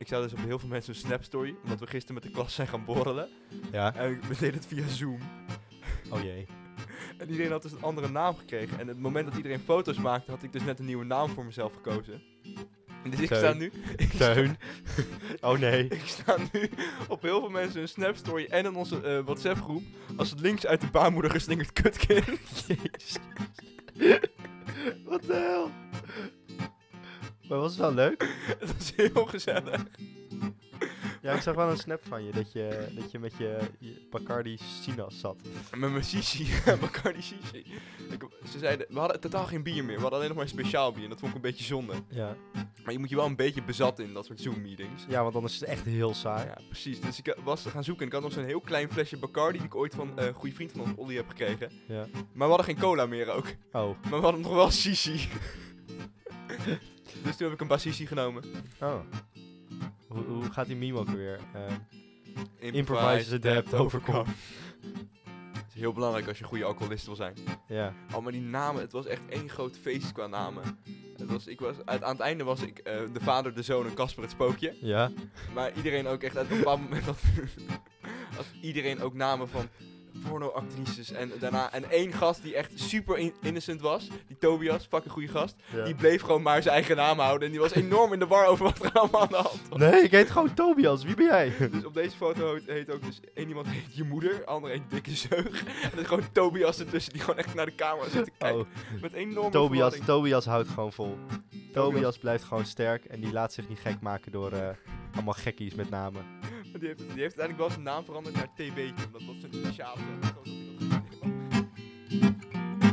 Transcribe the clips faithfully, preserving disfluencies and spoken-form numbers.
ik sta dus op heel veel mensen een Snap Story, omdat we gisteren met de klas zijn gaan borrelen. Ja. En we deden het via Zoom. Oh jee. En iedereen had dus een andere naam gekregen. En het moment dat iedereen foto's maakte, had ik dus net een nieuwe naam voor mezelf gekozen. En dus ik Teun. sta nu... Ik Teun. Oh nee. Ik sta nu op heel veel mensen een Snap Story en in onze uh, WhatsApp groep als het links uit de baarmoeder geslingerd kutkind. Jezus. Wat de hel? Maar was het wel leuk? Het was heel gezellig. Ja, ik zag wel een snap van je, dat je, dat je met je, je Bacardi Sinas zat. Met mijn Sisi, Bacardi Sisi. Ik, ze zeiden, we hadden totaal geen bier meer, we hadden alleen nog maar een speciaal bier en dat vond ik een beetje zonde. Ja. Maar je moet je wel een beetje bezat in dat soort Zoom-meetings. Ja, want anders is het echt heel saai. Ja, precies. Dus ik was gaan zoeken en ik had nog zo'n heel klein flesje Bacardi die ik ooit van uh, een goede vriend van ons, Olly, heb gekregen. Ja. Maar we hadden geen cola meer ook. Oh. Maar we hadden nog wel Sisi. Dus toen heb ik een Basisi genomen. Oh. Hoe, hoe gaat die meme ook weer? Uh, Improvise, improvise, adapt, overcome. Het is heel belangrijk als je een goede alcoholist wil zijn. Ja. Oh, maar die namen, het was echt één groot feest qua namen. Het was, ik was, uit, aan het einde was ik uh, de vader, de zoon en Casper het spookje. Ja. Maar iedereen ook echt, uit een bepaald moment had, had iedereen ook namen van pornoactrices. En daarna, en één gast die echt super in- innocent was, die Tobias, fucking goede gast, Ja. die bleef gewoon maar zijn eigen naam houden. En die was enorm in de war over wat er allemaal aan de hand was. Nee, ik heet gewoon Tobias. Wie ben jij? Dus op deze foto heet, heet ook dus één iemand heet je moeder, ander heet dikke zeug. En er is gewoon Tobias ertussen die gewoon echt naar de camera zit te kijken. Oh. Met enorme Tobias, verwarring. Tobias houdt gewoon vol. Tobias blijft gewoon sterk en die laat zich niet gek maken door uh, allemaal gekkies met namen. Maar Die heeft, die heeft uiteindelijk wel zijn naam veranderd naar T B'tje, omdat dat zijn initialen zijn. Gewoon dat hij dat heeft.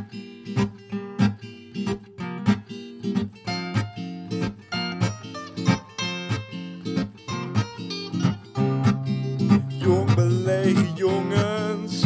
Jong belegen jongens.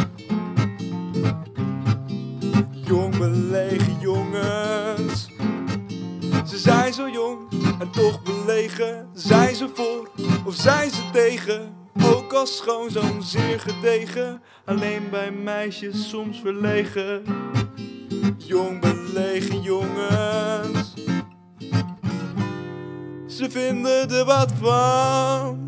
Jong belegen jongens. Ze zijn zo jong en toch belegen. Zijn ze voor of zijn ze tegen? Ook als schoonzoon zeer gedegen. Alleen bij meisjes soms verlegen. Jong belegen jongens. Ze vinden er wat van.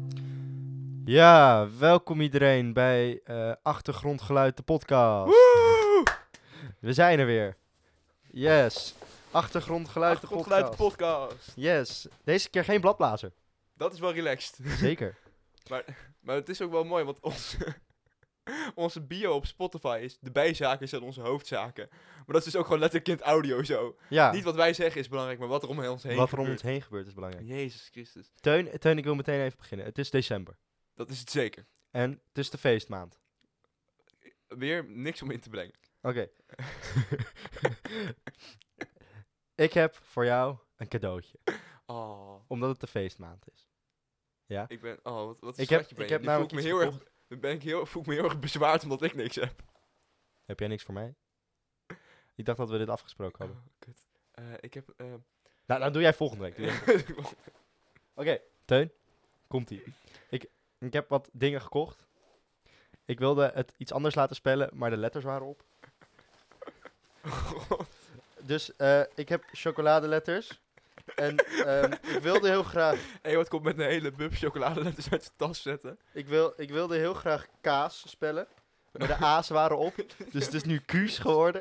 Ja, welkom iedereen bij uh, Achtergrondgeluid, de podcast. Woe! We zijn er weer. Yes. Achtergrondgeluid, de Achtergrondgeluid podcast. de podcast. Yes. Deze keer geen bladblazer. Dat is wel relaxed. Zeker. Maar, maar het is ook wel mooi, want onze, onze bio op Spotify is de bijzaken zijn onze hoofdzaken. Maar dat is dus ook gewoon letterlijk in het audio zo. Ja. Niet wat wij zeggen is belangrijk, maar wat er om ons heen Wat er om gebeurt. ons heen gebeurt is belangrijk. Jezus Christus. Teun, Teun, ik wil meteen even beginnen. Het is december. Dat is het zeker. En het is de feestmaand. Weer niks om in te brengen. Oké. Ik heb voor jou een cadeautje. Oh, Omdat het de feestmaand is. Ja? ik ben... Oh, wat, wat een Ik heb- schatje ben ik je. heb Nu voel namelijk me iets heel erg, gekocht. nu ben ik heel, voel ik me heel erg bezwaard omdat ik niks heb. Heb jij niks voor mij? Ik dacht dat we dit afgesproken hadden. Oh, kut. Uh, ik heb... Uh, Nou, dan doe jij volgende week. Doe jij volgende week. Oké, okay, Teun. Komt-ie. Ik, ik heb wat dingen gekocht. Ik wilde het iets anders laten spellen, maar de letters waren op. Dus uh, ik heb chocoladeletters. En um, ik wilde heel graag... Hé, wat komt met een hele bub chocoladeletters uit de tas zetten? Ik, wil, ik wilde heel graag kaas spellen. Maar de A's waren op. Dus het is nu Q's geworden.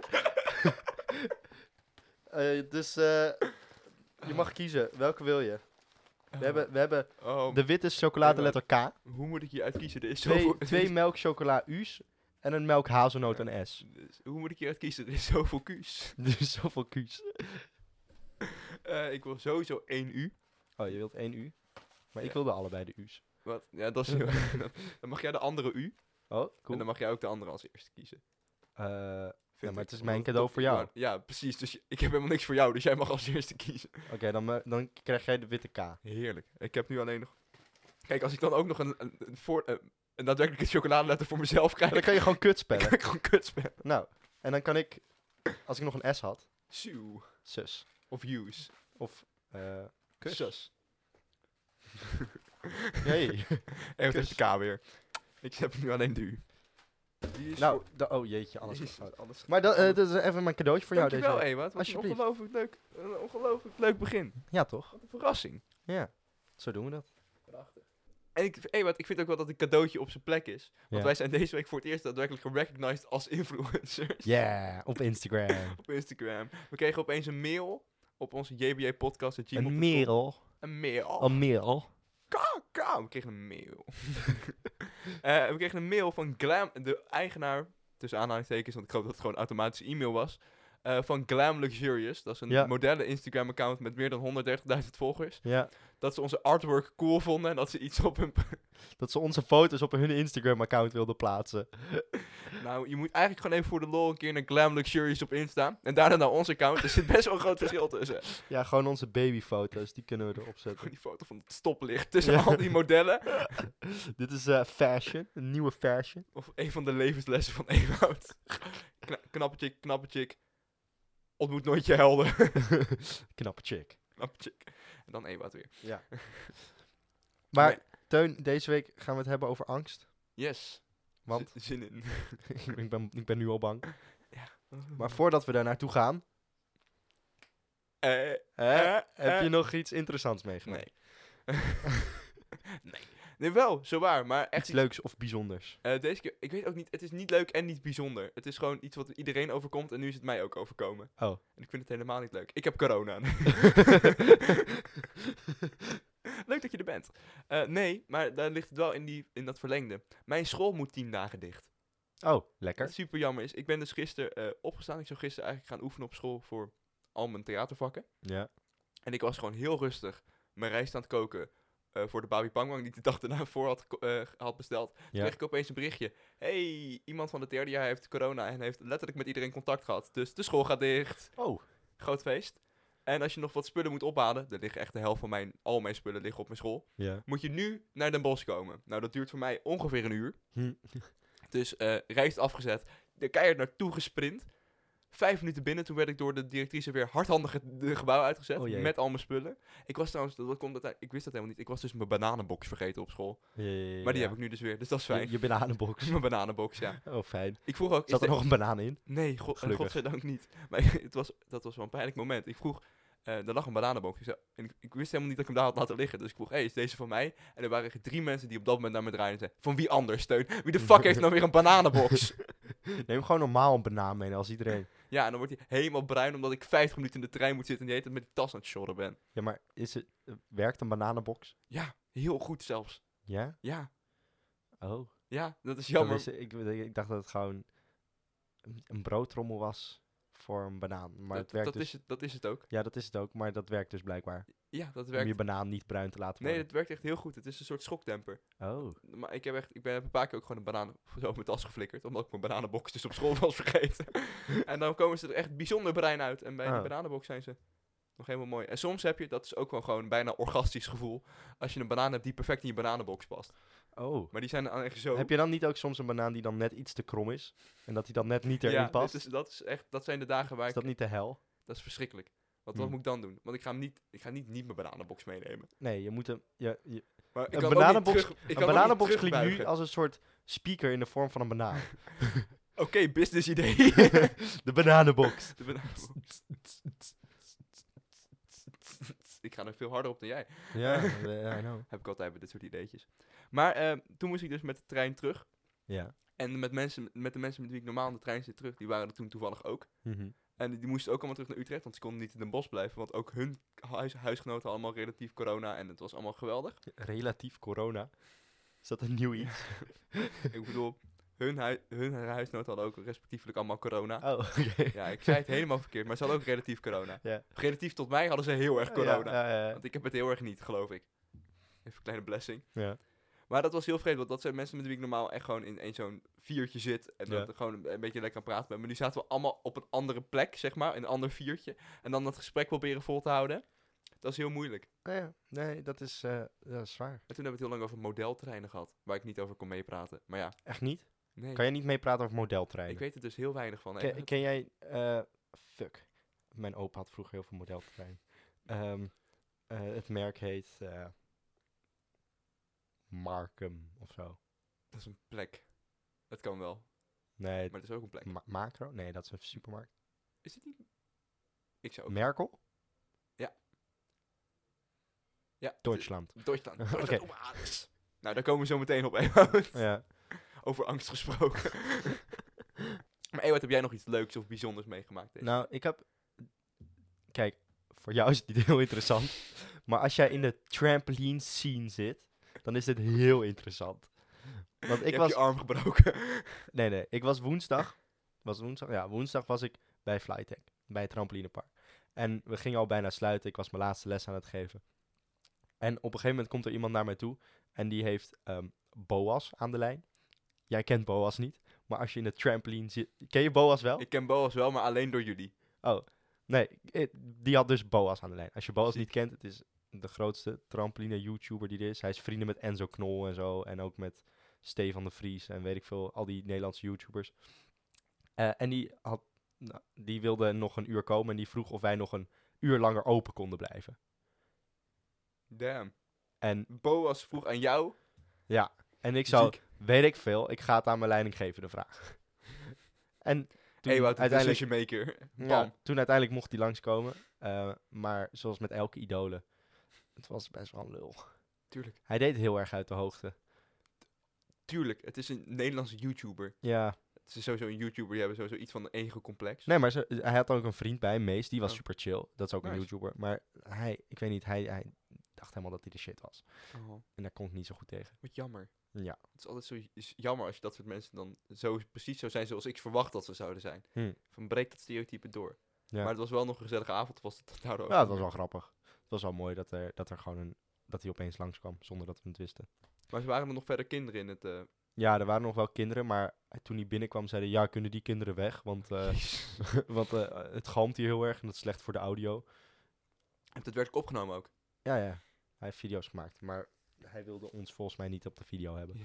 uh, dus uh, je mag kiezen. Welke wil je? We hebben, we hebben Oh, de witte chocoladeletter K. hoe moet ik hier uitkiezen? Er is Twee, zoveel... twee melk chocola U's. En een melk hazelnoot en S. Dus hoe moet ik hier uitkiezen? Er is zoveel Q's. Dus zoveel Q's. Uh, ik wil sowieso één U. Oh, je wilt één U? Maar ik Ja. wilde allebei de U's. Wat? Ja, dat is heel dan, dan mag jij de andere U. Oh, En cool. dan mag jij ook de andere als eerste kiezen. Uh, Vind Ja, maar ik. het is mijn Omdat cadeau toch- voor jou. maar- Ja, precies. Dus je- ik heb helemaal niks voor jou, dus jij mag als eerste kiezen. Oké, okay, dan, uh, dan krijg jij de witte K. Heerlijk. Ik heb nu alleen nog... Kijk, als ik dan ook nog een, een, een, voor, uh, een daadwerkelijke chocoladeletter voor mezelf krijg, Dan kan je gewoon kut dan spellen. kan ik gewoon kut spellen. Nou, en dan kan ik, als ik nog een S had, Sue. zus. Of use. Of, uh, kus. Sus. Hey. En wat Kus. is de K weer? Ik heb nu alleen de U. Die is Nou, voor- da- oh jeetje, alles die is goed. alles. Maar dat, uh, dat is even mijn cadeautje voor jou deze Dankjewel, week. Ewout. Wat een Alsjeblieft. ongelooflijk leuk, een ongelooflijk leuk begin. Ja, toch? Wat een verrassing. Ja, zo doen we dat. prachtig. En ik, hey, wat, ik vind ook wel dat een cadeautje op zijn plek is. Want Ja. wij zijn deze week voor het eerst daadwerkelijk gerecognized als influencers. Ja, yeah, op Instagram. Op Instagram. We kregen opeens een mail op onze j b j podcast. Een mail. Een mail. Een mail. Kaka. We kregen een mail. uh, we kregen een mail van Glam, de eigenaar, tussen aanhalingstekens, want ik geloof dat het gewoon automatische e-mail was. Uh, van Glam Luxurious. Dat is een Ja. moderne Instagram account met meer dan honderddertigduizend volgers. Ja. Dat ze onze artwork cool vonden en dat ze iets op hun... Dat ze onze foto's op hun Instagram-account wilden plaatsen. Nou, je moet eigenlijk gewoon even voor de lol een keer naar Glam Luxurious op Insta. En daarna naar ons account. Er zit best wel een groot verschil tussen. Ja, gewoon onze babyfoto's, die kunnen we erop Gewoon zetten. die foto van het stoplicht tussen Ja. al die modellen. Dit is eh, fashion, een nieuwe fashion. Of een van de levenslessen van Ewout. Kna knappe chick, knappe chick. Ontmoet nooit je helden. Knappe chick. Knappe chick. En dan Ewout weer. Ja. Maar, Nee. Teun, deze week gaan we het hebben over angst. Yes. Want Z- Zin in. ik, ben, ik ben nu al bang. Ja. Maar voordat we daar naartoe gaan, Eh, hè, eh, heb je eh. nog iets interessants meegemaakt? Nee. nee. Nee, wel, zo waar. Maar echt Iets leuks of bijzonders. Eh, deze keer, ik weet ook niet, het is niet leuk en niet bijzonder. Het is gewoon iets wat iedereen overkomt en nu is het mij ook overkomen. Oh. En ik vind het helemaal niet leuk. Ik heb corona. Leuk dat je er bent. Eh, nee, maar daar ligt het wel in, die, in dat verlengde. Mijn school moet tien dagen dicht. Oh, lekker. Wat super jammer is. Ik ben dus gisteren eh, opgestaan. Ik zou gisteren eigenlijk gaan oefenen op school voor al mijn theatervakken. Ja. En ik was gewoon heel rustig mijn rijst aan het koken uh, voor de Babi Pangwang die ik de dag daarna voor had, uh, had besteld. Toen Ja. kreeg ik opeens een berichtje. Hey, iemand van het derde jaar heeft corona en heeft letterlijk met iedereen contact gehad. Dus de school gaat dicht. Oh. Groot feest. En als je nog wat spullen moet ophalen, er liggen echt de helft van mijn, al mijn spullen liggen op mijn school, Ja. moet je nu naar Den Bosch komen. Nou, dat duurt voor mij ongeveer een uur. Hm. Dus uh, rijst afgezet, de keihard naartoe gesprint. Vijf minuten binnen, toen werd ik door de directrice weer hardhandig het de gebouw uitgezet. Oh jee. Met al mijn spullen. Ik was trouwens, dat komt dat, ik wist dat helemaal niet. Ik was dus mijn bananenbox vergeten op school. Ja. Maar die heb ik nu dus weer, dus dat is fijn. Je, je bananenbox. Mijn bananenbox, ja. Oh, fijn. Ik vroeg ook... Zat er is nog een banaan in? Nee, go Gelukkig. godzijdank niet. Maar het was, dat was wel een pijnlijk moment. Ik vroeg, uh, er lag een bananenbox. Ik, zei, en ik, ik wist helemaal niet dat ik hem daar had laten liggen. Dus ik vroeg, hé, hey, is deze van mij? En er waren drie mensen die op dat moment naar me draaien en zeiden, van wie anders, Steun? Wie de fuck heeft nou weer een bananenbox? Neem gewoon normaal een banaan mee, als iedereen. Ja, en dan wordt hij helemaal bruin omdat ik vijftig minuten in de trein moet zitten en die heet met die tas aan het sjorren ben. Ja, maar is het, werkt een bananenbox? Ja, heel goed zelfs. Ja? Ja, Oh. ja, dat is Dat jammer. wist ik, ik, ik dacht dat het gewoon een, een broodtrommel was voor een banaan. Maar dat, het werkt dat, dus... is het, dat is het ook. Ja, dat is het ook, maar dat werkt dus blijkbaar. Ja, dat Om werkt. je banaan niet bruin te laten Nee, worden. het werkt echt heel goed. Het is een soort schokdemper. Oh. Maar ik heb echt, ik ben heb een paar keer ook gewoon een banaan zo op mijn tas geflikkerd, omdat ik mijn bananenbox dus op school was vergeten. En dan komen ze er echt bijzonder bruin uit. En bij Oh. die bananenbox zijn ze nog helemaal mooi. En soms heb je, dat is ook wel gewoon bijna orgastisch gevoel, als je een banaan hebt die perfect in je bananenbox past. Oh. Maar die zijn dan echt zo... Heb je dan niet ook soms een banaan die dan net iets te krom is? En dat die dan net niet erin ja, past? dit is, dat is echt, dat zijn de dagen waar Is ik, dat niet de hel? dat is verschrikkelijk. Want Hm. wat moet ik dan doen? Want ik ga hem niet, ik ga niet, niet mijn bananenbox meenemen. Nee, je moet hem... Je, je, Maar ik een kan ook niet bananenbox, terug- ik een kan ook niet bananenbox klinkt nu terugbuigen. als een soort speaker in de vorm van een banaan. Oké, business idee. De bananenbox. De bananenbox. Ik ga er veel harder op dan jij. Ja, I know. Heb ik altijd bij dit soort ideetjes. Maar eh, toen moest ik dus met de trein terug. Ja. En met, mensen, met de mensen met wie ik normaal in de trein zit terug, die waren er toen toevallig ook. Mhm. En die, die moesten ook allemaal terug naar Utrecht, want ze konden niet in Den Bosch blijven. Want ook hun huis, huisgenoten allemaal relatief corona en het was allemaal geweldig. Relatief corona. Is dat een nieuw iets? Ik bedoel, hun, hui, hun huisgenoten hadden ook respectiefelijk allemaal corona. Oh, oké. Ja, ik zei het helemaal verkeerd, maar ze hadden ook relatief corona. Ja. Relatief tot mij hadden ze heel erg corona. Ja, ja, ja. Want ik heb het heel erg niet, geloof ik. Even een kleine blessing. Ja. Maar dat was heel vreemd, want dat zijn mensen met wie ik normaal echt gewoon in, in zo'n viertje zit. En Ja. dat er gewoon een, een beetje lekker aan praten ben. Maar nu zaten we allemaal op een andere plek, zeg maar, in een ander viertje. En dan dat gesprek proberen vol te houden. Dat is heel moeilijk. Nou ja, nee, dat is, uh, dat is zwaar. En toen hebben we het heel lang over modeltreinen gehad, waar ik niet over kon meepraten. Maar ja, Echt niet? nee. Kan je niet meepraten over modeltreinen? Ik weet er dus heel weinig van. Ken, En het- ken jij... eh, fuck. Mijn opa had vroeger heel veel modeltreinen. Ehm eh, het merk heet... eh, Markham of zo. Dat is een plek. Dat kan wel, Nee, maar het is ook een plek. Ma- Macro? Nee, dat is een supermarkt. Is het niet? Ik zou ook... Merkel? Ja, Ja. Duitsland. Duitsland. Oké. Duitsland. Oeh, Angst. Nou, daar komen we zo meteen op, Ewout. Ja. Over angst gesproken. Maar Ewout, heb jij nog iets leuks of bijzonders meegemaakt? Deze? Nou, ik heb... Kijk, voor jou is het niet heel interessant. Maar als jij in de trampoline scene zit, dan is dit heel interessant. Want je ik hebt was... je arm gebroken. Nee, nee. Ik was woensdag... Was het woensdag? Ja, woensdag was ik bij Flytech. Bij het trampolinepark. En we gingen al bijna sluiten. Ik was mijn laatste les aan het geven. En op een gegeven moment komt er iemand naar mij toe. En die heeft um, Boas aan de lijn. Jij kent Boas niet. Maar als je in de trampoline zit... Ken je Boas wel? Ik ken Boas wel, maar alleen door jullie. Oh, nee. eh, Die had dus Boas aan de lijn. Als je Boas Ziek. niet kent, het is de grootste trampoline-YouTuber die er is. Hij is vrienden met Enzo Knol en zo. En ook met Stefan de Vries en weet ik veel. Al die Nederlandse YouTubers. Uh, en die, had, nou, die wilde nog een uur komen. En die vroeg of wij nog een uur langer open konden blijven. Damn. En Boas vroeg aan jou. ja, en ik zou... Ziek. Weet ik veel. Ik ga het aan mijn leidinggevende vragen. En toen Ewout, de uiteindelijk... decision maker. Bam. Ja, toen uiteindelijk mocht hij langskomen. Uh, maar zoals met elke idole. Het was best wel een lul. Tuurlijk. Hij deed heel erg uit de hoogte. Tuurlijk. Het is een Nederlandse YouTuber. Ja. Het is sowieso een YouTuber. Die hebben sowieso iets van een ego-complex. Nee, maar ze, hij had ook een vriend bij, Mees. Die was Oh. super chill. Dat is ook Nice. een YouTuber. Maar hij, ik weet niet, hij, hij dacht helemaal dat hij de shit was. Oh, En daar kon ik niet zo goed tegen. wat jammer. Ja. Het is altijd zo is jammer als je dat soort mensen dan zo precies zo zijn zoals ik verwacht dat ze zouden zijn. Hm. Van breek dat stereotype door. Ja. Maar het was wel nog een gezellige avond. Was het daardoor Ja, het was wel grappig. Het was wel mooi dat er, dat er gewoon een... Dat hij opeens langskwam, zonder dat we het wisten. Maar ze waren er nog verder kinderen in het... Uh... Ja, er waren nog wel kinderen, maar toen hij binnenkwam zeiden... Ja, kunnen die kinderen weg? Want, uh, want uh, het galmt hier heel erg en dat is slecht voor de audio. Heeft het werkelijk opgenomen ook? Ja, ja. Hij heeft video's gemaakt, maar hij wilde ons volgens mij niet op de video hebben.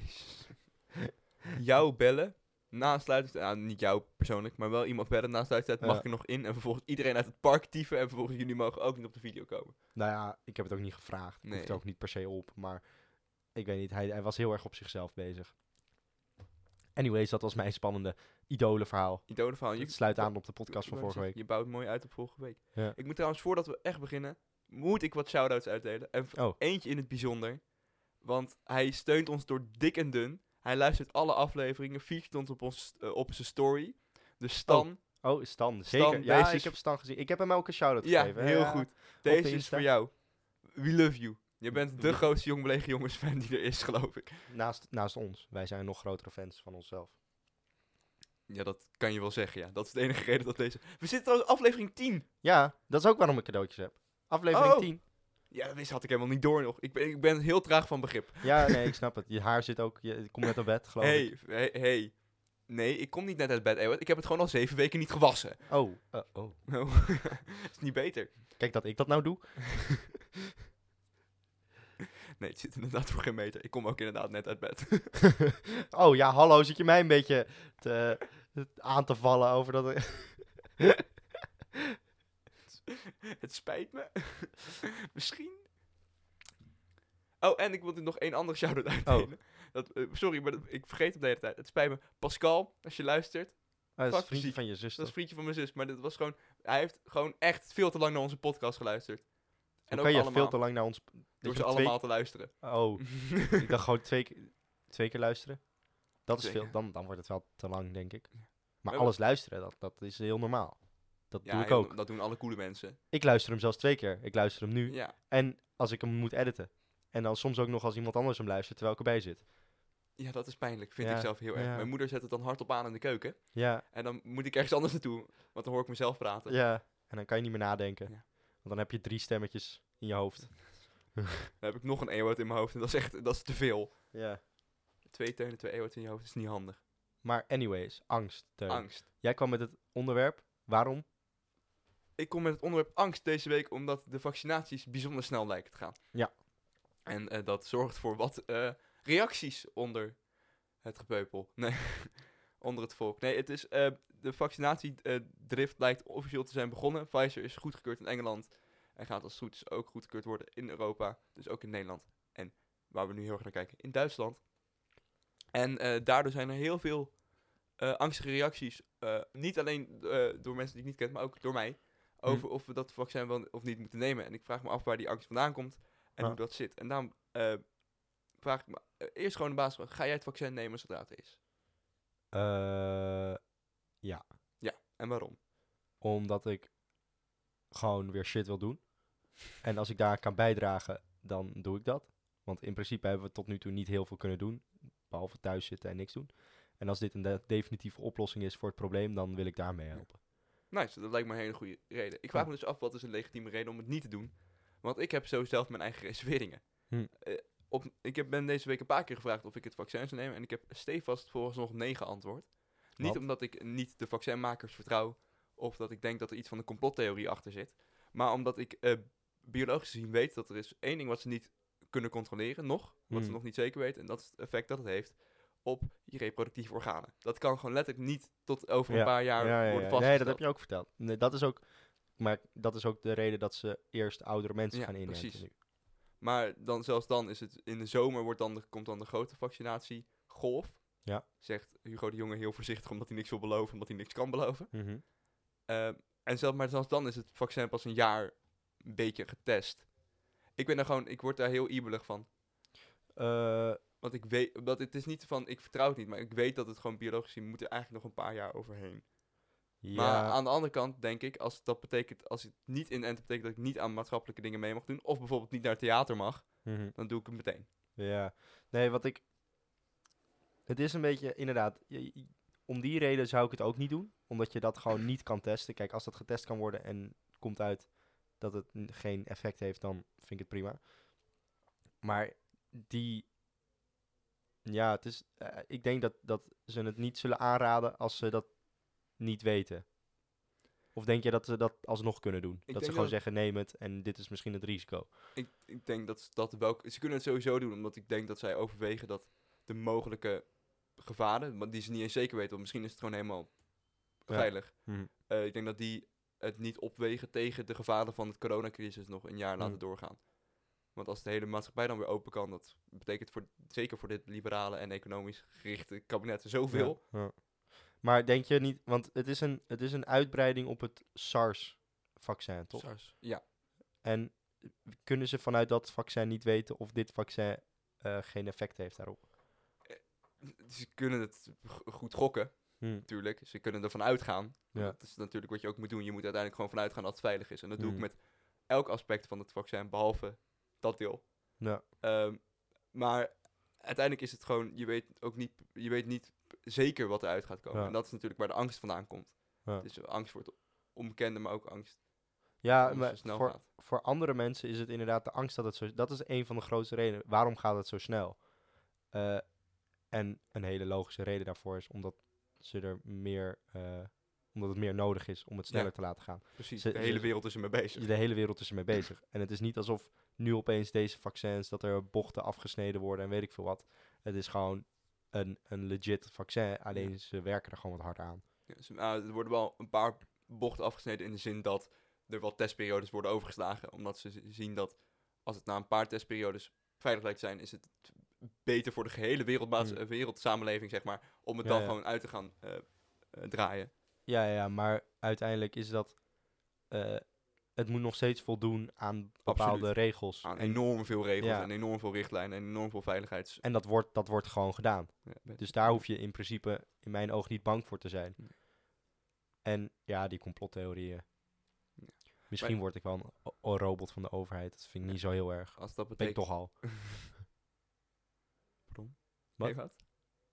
Jou bellen, na sluitingstijd... Nou, niet jou persoonlijk, maar wel iemand bellen na sluitingstijd. Mag Ja. ik er nog in? En vervolgens iedereen uit het park tyfen. En vervolgens jullie mogen ook niet op de video komen. Nou ja, ik heb het ook niet gevraagd. Nee. Hoeft er ook niet per se op, maar... Ik weet niet, hij, hij was heel erg op zichzelf bezig. Anyways, dat was mijn spannende idolenverhaal. Idolenverhaal. Je Het sluit aan op de podcast van Ik wou vorige zeggen, week. Je bouwt mooi uit op vorige week. Ja. Ik moet trouwens, voordat we echt beginnen, moet ik wat shout-outs uitdelen. En v- Oh. eentje in het bijzonder. Want hij steunt ons door dik en dun. Hij luistert alle afleveringen, featured ons op, ons, uh, op zijn story. Dus Stan, Oh, Stan. Stan, Zeker. Ja, deze ik is- heb Stan gezien. Ik heb hem ook een shout-out ja, gegeven. heel Ja. goed. de Deze is Insta. voor jou. We love you. Je bent de grootste Jong Belegen Jongens fan die er is, geloof ik. Naast, naast ons. Wij zijn nog grotere fans van onszelf. Ja, dat kan je wel zeggen, ja. Dat is de enige reden dat deze... We zitten trouwens op aflevering tien. Ja, dat is ook waarom ik cadeautjes heb. Aflevering Oh. tien. Ja, dat wist- had ik helemaal niet door nog. Ik ben, ik ben heel traag van begrip. Ja, nee, ik snap het. Je haar zit ook... Je komt net op bed, geloof ik. Hey, hey, hey. Nee, ik kom niet net uit bed, Ewout. Ik heb het gewoon al zeven weken niet gewassen. Oh, uh, oh. Oh, is niet beter. Kijk dat ik dat nou doe. Nee, het zit inderdaad voor geen meter. Ik kom ook inderdaad net uit bed. Oh ja, hallo. Zit je mij een beetje te, aan te vallen over dat... Het spijt me. Misschien. Oh, en ik wilde nog één andere shout-out uitdelen. Dat, uh, sorry, maar dat, ik vergeet het de hele tijd. Het spijt me. Pascal, als je luistert. Oh, dat is Fuck een vriendje ziek. van je zus, Dat is toch? een vriendje van mijn zus. Maar dit was gewoon... Hij heeft gewoon echt veel te lang naar onze podcast geluisterd. En Hoe ook kan je allemaal. veel te lang naar ons... dat Door je ze twee- allemaal te luisteren. Oh, ik dacht gewoon twee, ke- twee keer luisteren. Dat is Twee veel. keer. Dan, dan wordt het wel te lang, denk ik. Maar hebben- alles luisteren, dat, dat is heel normaal. Dat Ja, doe ik heel- ook. dat doen alle coole mensen. Ik luister hem zelfs twee keer. Ik luister hem nu. Ja. En als ik hem moet editen. En dan soms ook nog als iemand anders hem luistert, terwijl ik erbij zit. Ja, dat is pijnlijk. Vind Ja, ik zelf heel erg. ja. Mijn moeder zet het dan hardop aan in de keuken. Ja, En dan moet ik ergens anders naartoe. Want dan hoor ik mezelf praten. ja. En dan kan je niet meer nadenken. Ja. Want dan heb je drie stemmetjes in je hoofd. Dan heb ik nog een Ewout in mijn hoofd. En dat is echt dat is te veel. Ja. Twee teunen, twee Ewouts in je hoofd is niet handig. Maar anyways, angst. Teun. Angst. Jij kwam met het onderwerp. Waarom? Ik kom met het onderwerp angst deze week omdat de vaccinaties bijzonder snel lijken te gaan. Ja. En eh, dat zorgt voor wat eh, reacties onder het gepeupel. Nee, onder het volk. Nee, het is eh, de vaccinatiedrift lijkt officieel te zijn begonnen. Pfizer is goedgekeurd in Engeland en gaat als het goed is ook goedgekeurd worden in Europa. Dus ook in Nederland. En waar we nu heel erg naar kijken, in Duitsland. En eh, daardoor zijn er heel veel eh, angstige reacties. eh, niet alleen eh, door mensen die ik niet ken, maar ook door mij. Over of we dat vaccin wel of niet moeten nemen. En ik vraag me af waar die angst vandaan komt. En Ja. hoe dat zit. En daarom uh, vraag ik me uh, eerst gewoon de basis, ga jij het vaccin nemen zodra het er is? Uh, ja. Ja, en waarom? Omdat ik gewoon weer shit wil doen. En als ik daar kan bijdragen, dan doe ik dat. Want in principe hebben we tot nu toe niet heel veel kunnen doen. Behalve thuis zitten en niks doen. En als dit een de- definitieve oplossing is voor het probleem, dan wil ik daarmee helpen. Nice, dat lijkt me een hele goede reden. Ik vraag Ja. me dus af, wat is een legitieme reden om het niet te doen? Want ik heb zo zelf mijn eigen reserveringen. Hm. Uh, op, ik heb, ben deze week een paar keer gevraagd of ik het vaccin zou nemen. En ik heb stevast vooralsnog nee geantwoord. Niet Wat? omdat ik niet de vaccinmakers vertrouw. Of dat ik denk dat er iets van een complottheorie achter zit. Maar omdat ik uh, biologisch gezien weet dat er is één ding wat ze niet kunnen controleren, nog. Wat Hm. ze nog niet zeker weten. En dat is het effect dat het heeft op je reproductieve organen. Dat kan gewoon letterlijk niet tot over een Ja. paar jaar Ja, ja, ja. worden vastgesteld. Nee, dat heb je ook verteld. Nee, dat is ook, maar dat is ook de reden dat ze eerst oudere mensen Ja, gaan inenten precies. nu. Maar dan, zelfs dan is het in de zomer wordt dan de, komt dan de grote vaccinatiegolf. Ja. Zegt Hugo de Jonge heel voorzichtig omdat hij niks wil beloven, omdat hij niks kan beloven. Mhm. Uh, en zelfs, maar zelfs dan is het vaccin pas een jaar een beetje getest. Ik ben daar gewoon, ik word daar heel ibelig van. Uh, Want ik weet, dat het is niet van, ik vertrouw het niet, maar ik weet dat het gewoon biologisch gezien moet er eigenlijk nog een paar jaar overheen. ja. Maar aan de andere kant denk ik, als dat betekent, als het niet inenten betekent dat ik niet aan maatschappelijke dingen mee mag doen, of bijvoorbeeld niet naar het theater mag, Mhm. dan doe ik het meteen. Ja, nee, wat ik... Het is een beetje, inderdaad, je- je- om die reden zou ik het ook niet doen. Omdat je dat gewoon niet kan testen. Kijk, als dat getest kan worden en komt uit dat het n- geen effect heeft, dan vind ik het prima. Maar die... Ja, het is... eh, ik denk dat, dat ze het niet zullen aanraden als ze dat niet weten. Of denk je dat ze dat alsnog kunnen doen? dat denk ze gewoon dat- zeggen, neem het en dit is misschien het risico. Ik, ik denk dat ze dat wel... Ze kunnen het sowieso doen, omdat ik denk dat zij overwegen dat de mogelijke gevaren, maar die ze niet eens zeker weten, want misschien is het gewoon helemaal Ja. veilig. Mhm. Uh, ik denk dat die het niet opwegen tegen de gevaren van het coronacrisis nog een jaar laten Mhm. doorgaan. Want als de hele maatschappij dan weer open kan, dat betekent voor, zeker voor dit liberale en economisch gerichte kabinet zoveel. Ja, ja. Maar denk je niet, want het is een, het is een uitbreiding op het SARS-vaccin, toch? SARS. Ja. En kunnen ze vanuit dat vaccin niet weten of dit vaccin uh, geen effect heeft daarop? Ze kunnen het g- goed gokken, Hmm. natuurlijk. Ze kunnen ervan uitgaan. Ja. Dat is natuurlijk wat je ook moet doen. Je moet uiteindelijk gewoon vanuit gaan dat het veilig is. En dat doe ik Hmm. met elk aspect van het vaccin, behalve dat deel. Ja. Um, maar uiteindelijk is het gewoon, je weet ook niet, je weet niet zeker wat eruit gaat komen. Ja. En dat is natuurlijk waar de angst vandaan komt. Ja. Dus angst voor het onbekende, maar ook angst Ja, dat alles maar zo snel voor, gaat. voor andere mensen is het inderdaad de angst dat het zo... Dat is een van de grootste redenen. Waarom gaat het zo snel? Uh, en een hele logische reden daarvoor is omdat ze er meer... Uh, omdat het meer nodig is om het sneller Ja. te laten gaan. Precies, Ze- de hele ze- wereld is ermee bezig. De hele wereld is ermee bezig. En het is niet alsof nu opeens deze vaccins, dat er bochten afgesneden worden en weet ik veel wat. Het is gewoon een, een legit vaccin, alleen Ja. ze werken er gewoon wat hard aan. Ja, dus, uh, er worden wel een paar bochten afgesneden in de zin dat er wat testperiodes worden overgeslagen. Omdat ze z- zien dat als het na een paar testperiodes veilig lijkt te zijn, is het beter voor de gehele wereldmaats- Mm. uh, wereldsamenleving, zeg maar, om het Ja, dan ja. gewoon uit te gaan uh, uh, draaien. Ja, ja, maar uiteindelijk is dat... eh, het moet nog steeds voldoen aan bepaalde Absoluut. regels. Aan En, enorm veel regels Ja. en enorm veel richtlijnen en enorm veel veiligheids... en dat, wordt, dat wordt gewoon gedaan. Ja, met- Dus daar hoef je in principe in mijn oog niet bang voor te zijn. Nee. En ja, die complottheorieën. Ja. Misschien Maar- word ik wel een o- o- robot van de overheid. Dat vind ik Ja. niet zo heel erg. Als dat Ben ik betekent... toch al. Pardon? Wat? Nee, wat?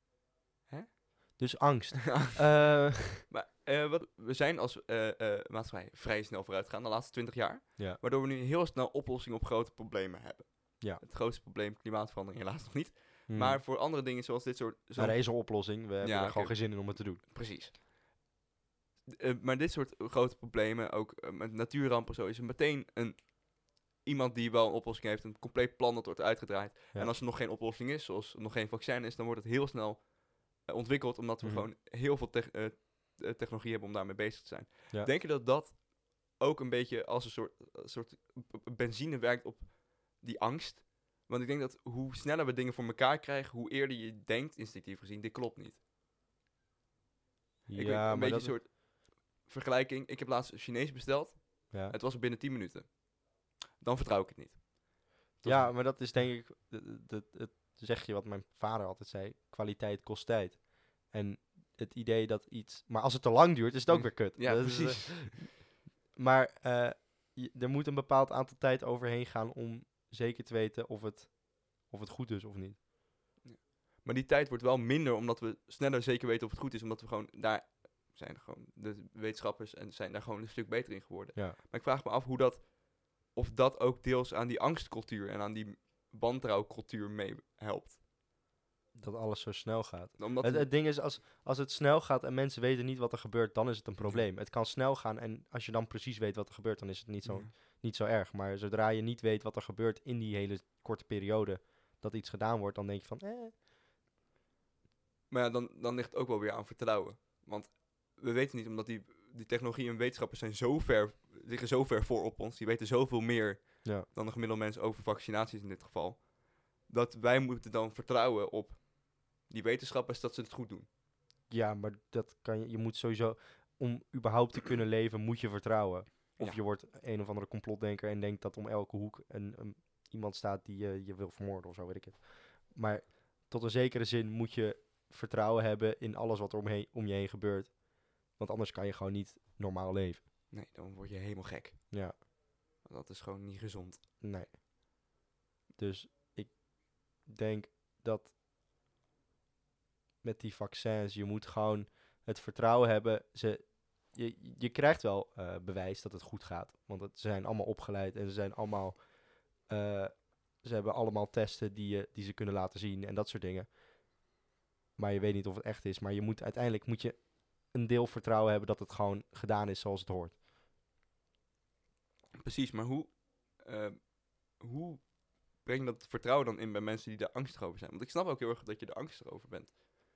Dus angst. Eh, Maar eh, wat, we zijn als eh, eh, maatschappij vrij snel vooruit gegaan de laatste twintig jaar. Ja. Waardoor we nu heel snel oplossingen op grote problemen hebben. Ja. Het grootste probleem, klimaatverandering, helaas nog niet. hmm. Maar voor andere dingen zoals dit soort... Zo Maar er is een oplossing. We hebben Ja, er oké. gewoon geen zin in om het te doen. Precies. Uh, maar dit soort grote problemen, ook uh, met natuurrampen zo, is er meteen een, iemand die wel een oplossing heeft, een compleet plan dat wordt uitgedraaid. Ja. En als er nog geen oplossing is, zoals er nog geen vaccin is, dan wordt het heel snel uh, ontwikkeld, omdat we Mhm. gewoon heel veel tech- uh, uh, technologie hebben om daarmee bezig te zijn. Ja. Denk je dat dat ook een beetje als een soort, een soort b- benzine werkt op die angst? Want ik denk dat hoe sneller we dingen voor elkaar krijgen, hoe eerder je denkt, instinctief gezien, dit klopt niet. Ik weet, Ja, een maar beetje dat een soort vergelijking. Ik heb laatst Chinees besteld. ja. Het was er binnen tien minuten. Dan vertrouw ik het niet. Dat Ja, is- maar dat is denk ik, d- d- d- het zeg je wat mijn vader altijd zei, kwaliteit kost tijd. En het idee dat iets, maar als het te lang duurt, is het ook Mm, weer kut. Ja, Dat is, eh, precies. maar eh, je- er moet een bepaald aantal tijd overheen gaan om zeker te weten of het, of het goed is of niet. Maar die tijd wordt wel minder omdat we sneller zeker weten of het goed is. Omdat we gewoon daar zijn gewoon de wetenschappers en zijn daar gewoon een stuk beter in geworden. Ja. Maar ik vraag me af hoe dat, of dat ook deels aan die angstcultuur en aan die wantrouwcultuur mee helpt. Dat alles zo snel gaat. Omdat Het, we- het ding is, als, als het snel gaat en mensen weten niet wat er gebeurt, dan is het een probleem. Het kan snel gaan en als je dan precies weet wat er gebeurt, dan is het niet zo, Ja. niet zo erg. Maar zodra je niet weet wat er gebeurt in die hele korte periode dat iets gedaan wordt, dan denk je van, eh, Maar ja, dan, dan ligt het ook wel weer aan vertrouwen. Want we weten niet, omdat die, die technologie en wetenschappers zijn zo ver, liggen zo ver voor op ons. Die weten zoveel meer ja. dan de gemiddelde mens over vaccinaties in dit geval. Dat wij moeten dan vertrouwen op die wetenschappers dat ze het goed doen. Ja, maar dat kan je, je moet sowieso, om überhaupt te kunnen leven, moet je vertrouwen. Of Ja. je wordt een of andere complotdenker en denkt dat om elke hoek een, een, iemand staat die je, je wil vermoorden of zo, weet ik het. Maar tot een zekere zin moet je vertrouwen hebben in alles wat er omheen, om je heen gebeurt. Want anders kan je gewoon niet normaal leven. Nee, dan word je helemaal gek. Ja, Dat is gewoon niet gezond. nee. Dus ik denk dat met die vaccins, je moet gewoon het vertrouwen hebben. Ze, je, je krijgt wel eh, bewijs dat het goed gaat. Want het, ze zijn allemaal opgeleid en ze zijn allemaal... eh, ze hebben allemaal testen die, je, die ze kunnen laten zien en dat soort dingen. Maar je weet niet of het echt is. Maar je moet uiteindelijk moet je een deel vertrouwen hebben dat het gewoon gedaan is zoals het hoort. Precies, maar hoe, eh, hoe breng je dat vertrouwen dan in bij mensen die er angstig over zijn? Want ik snap ook heel erg dat je er angstig over bent.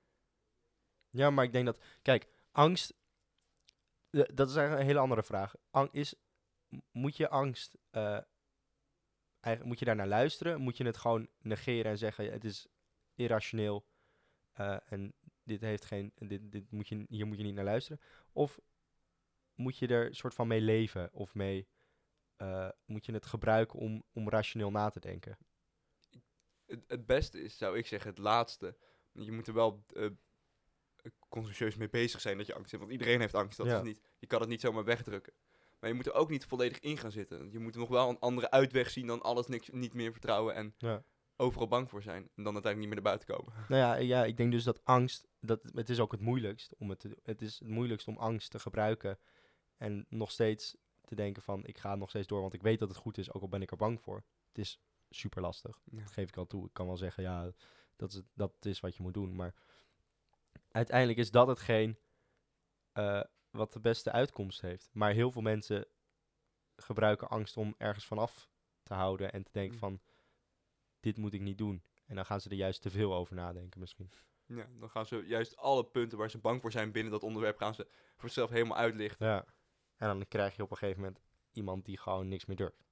Ja, maar ik denk dat... Kijk, angst... eh, dat is eigenlijk een hele andere vraag. Ang, is, m- moet je angst... eh, eigenlijk, moet je daar naar luisteren? Moet je het gewoon negeren en zeggen... Het is irrationeel. eh, en dit heeft geen... Dit, dit moet je, hier moet je niet naar luisteren. Of moet je er soort van mee leven? Of mee... eh, moet je het gebruiken om, om rationeel na te denken? Het, het beste is, zou ik zeggen, het laatste. Je moet er wel eh, consciëntieus mee bezig zijn dat je angst hebt. Want iedereen heeft angst. Dat Ja. is niet, je kan het niet zomaar wegdrukken. Maar je moet er ook niet volledig in gaan zitten. Je moet nog wel een andere uitweg zien dan alles niks, niet meer vertrouwen en Ja. overal bang voor zijn. En dan uiteindelijk niet meer naar buiten komen. Nou ja, ja, ik denk dus dat angst, dat, het is ook het moeilijkst om het te doen. Het is het moeilijkst om angst te gebruiken en nog steeds te denken van, ik ga nog steeds door, want ik weet dat het goed is, ook al ben ik er bang voor. Het is super lastig, Ja. dat geef ik al toe. Ik kan wel zeggen, ja, dat is, het- dat is wat je moet doen, maar uiteindelijk is dat hetgeen eh, wat de beste uitkomst heeft. Maar heel veel mensen gebruiken angst om ergens vanaf te houden en te denken Mm. van, dit moet ik niet doen. En dan gaan ze er juist te veel over nadenken misschien. Ja, dan gaan ze juist alle punten waar ze bang voor zijn binnen dat onderwerp gaan ze voor zichzelf helemaal uitlichten. Ja. En dan krijg je op een gegeven moment iemand die gewoon niks meer durft.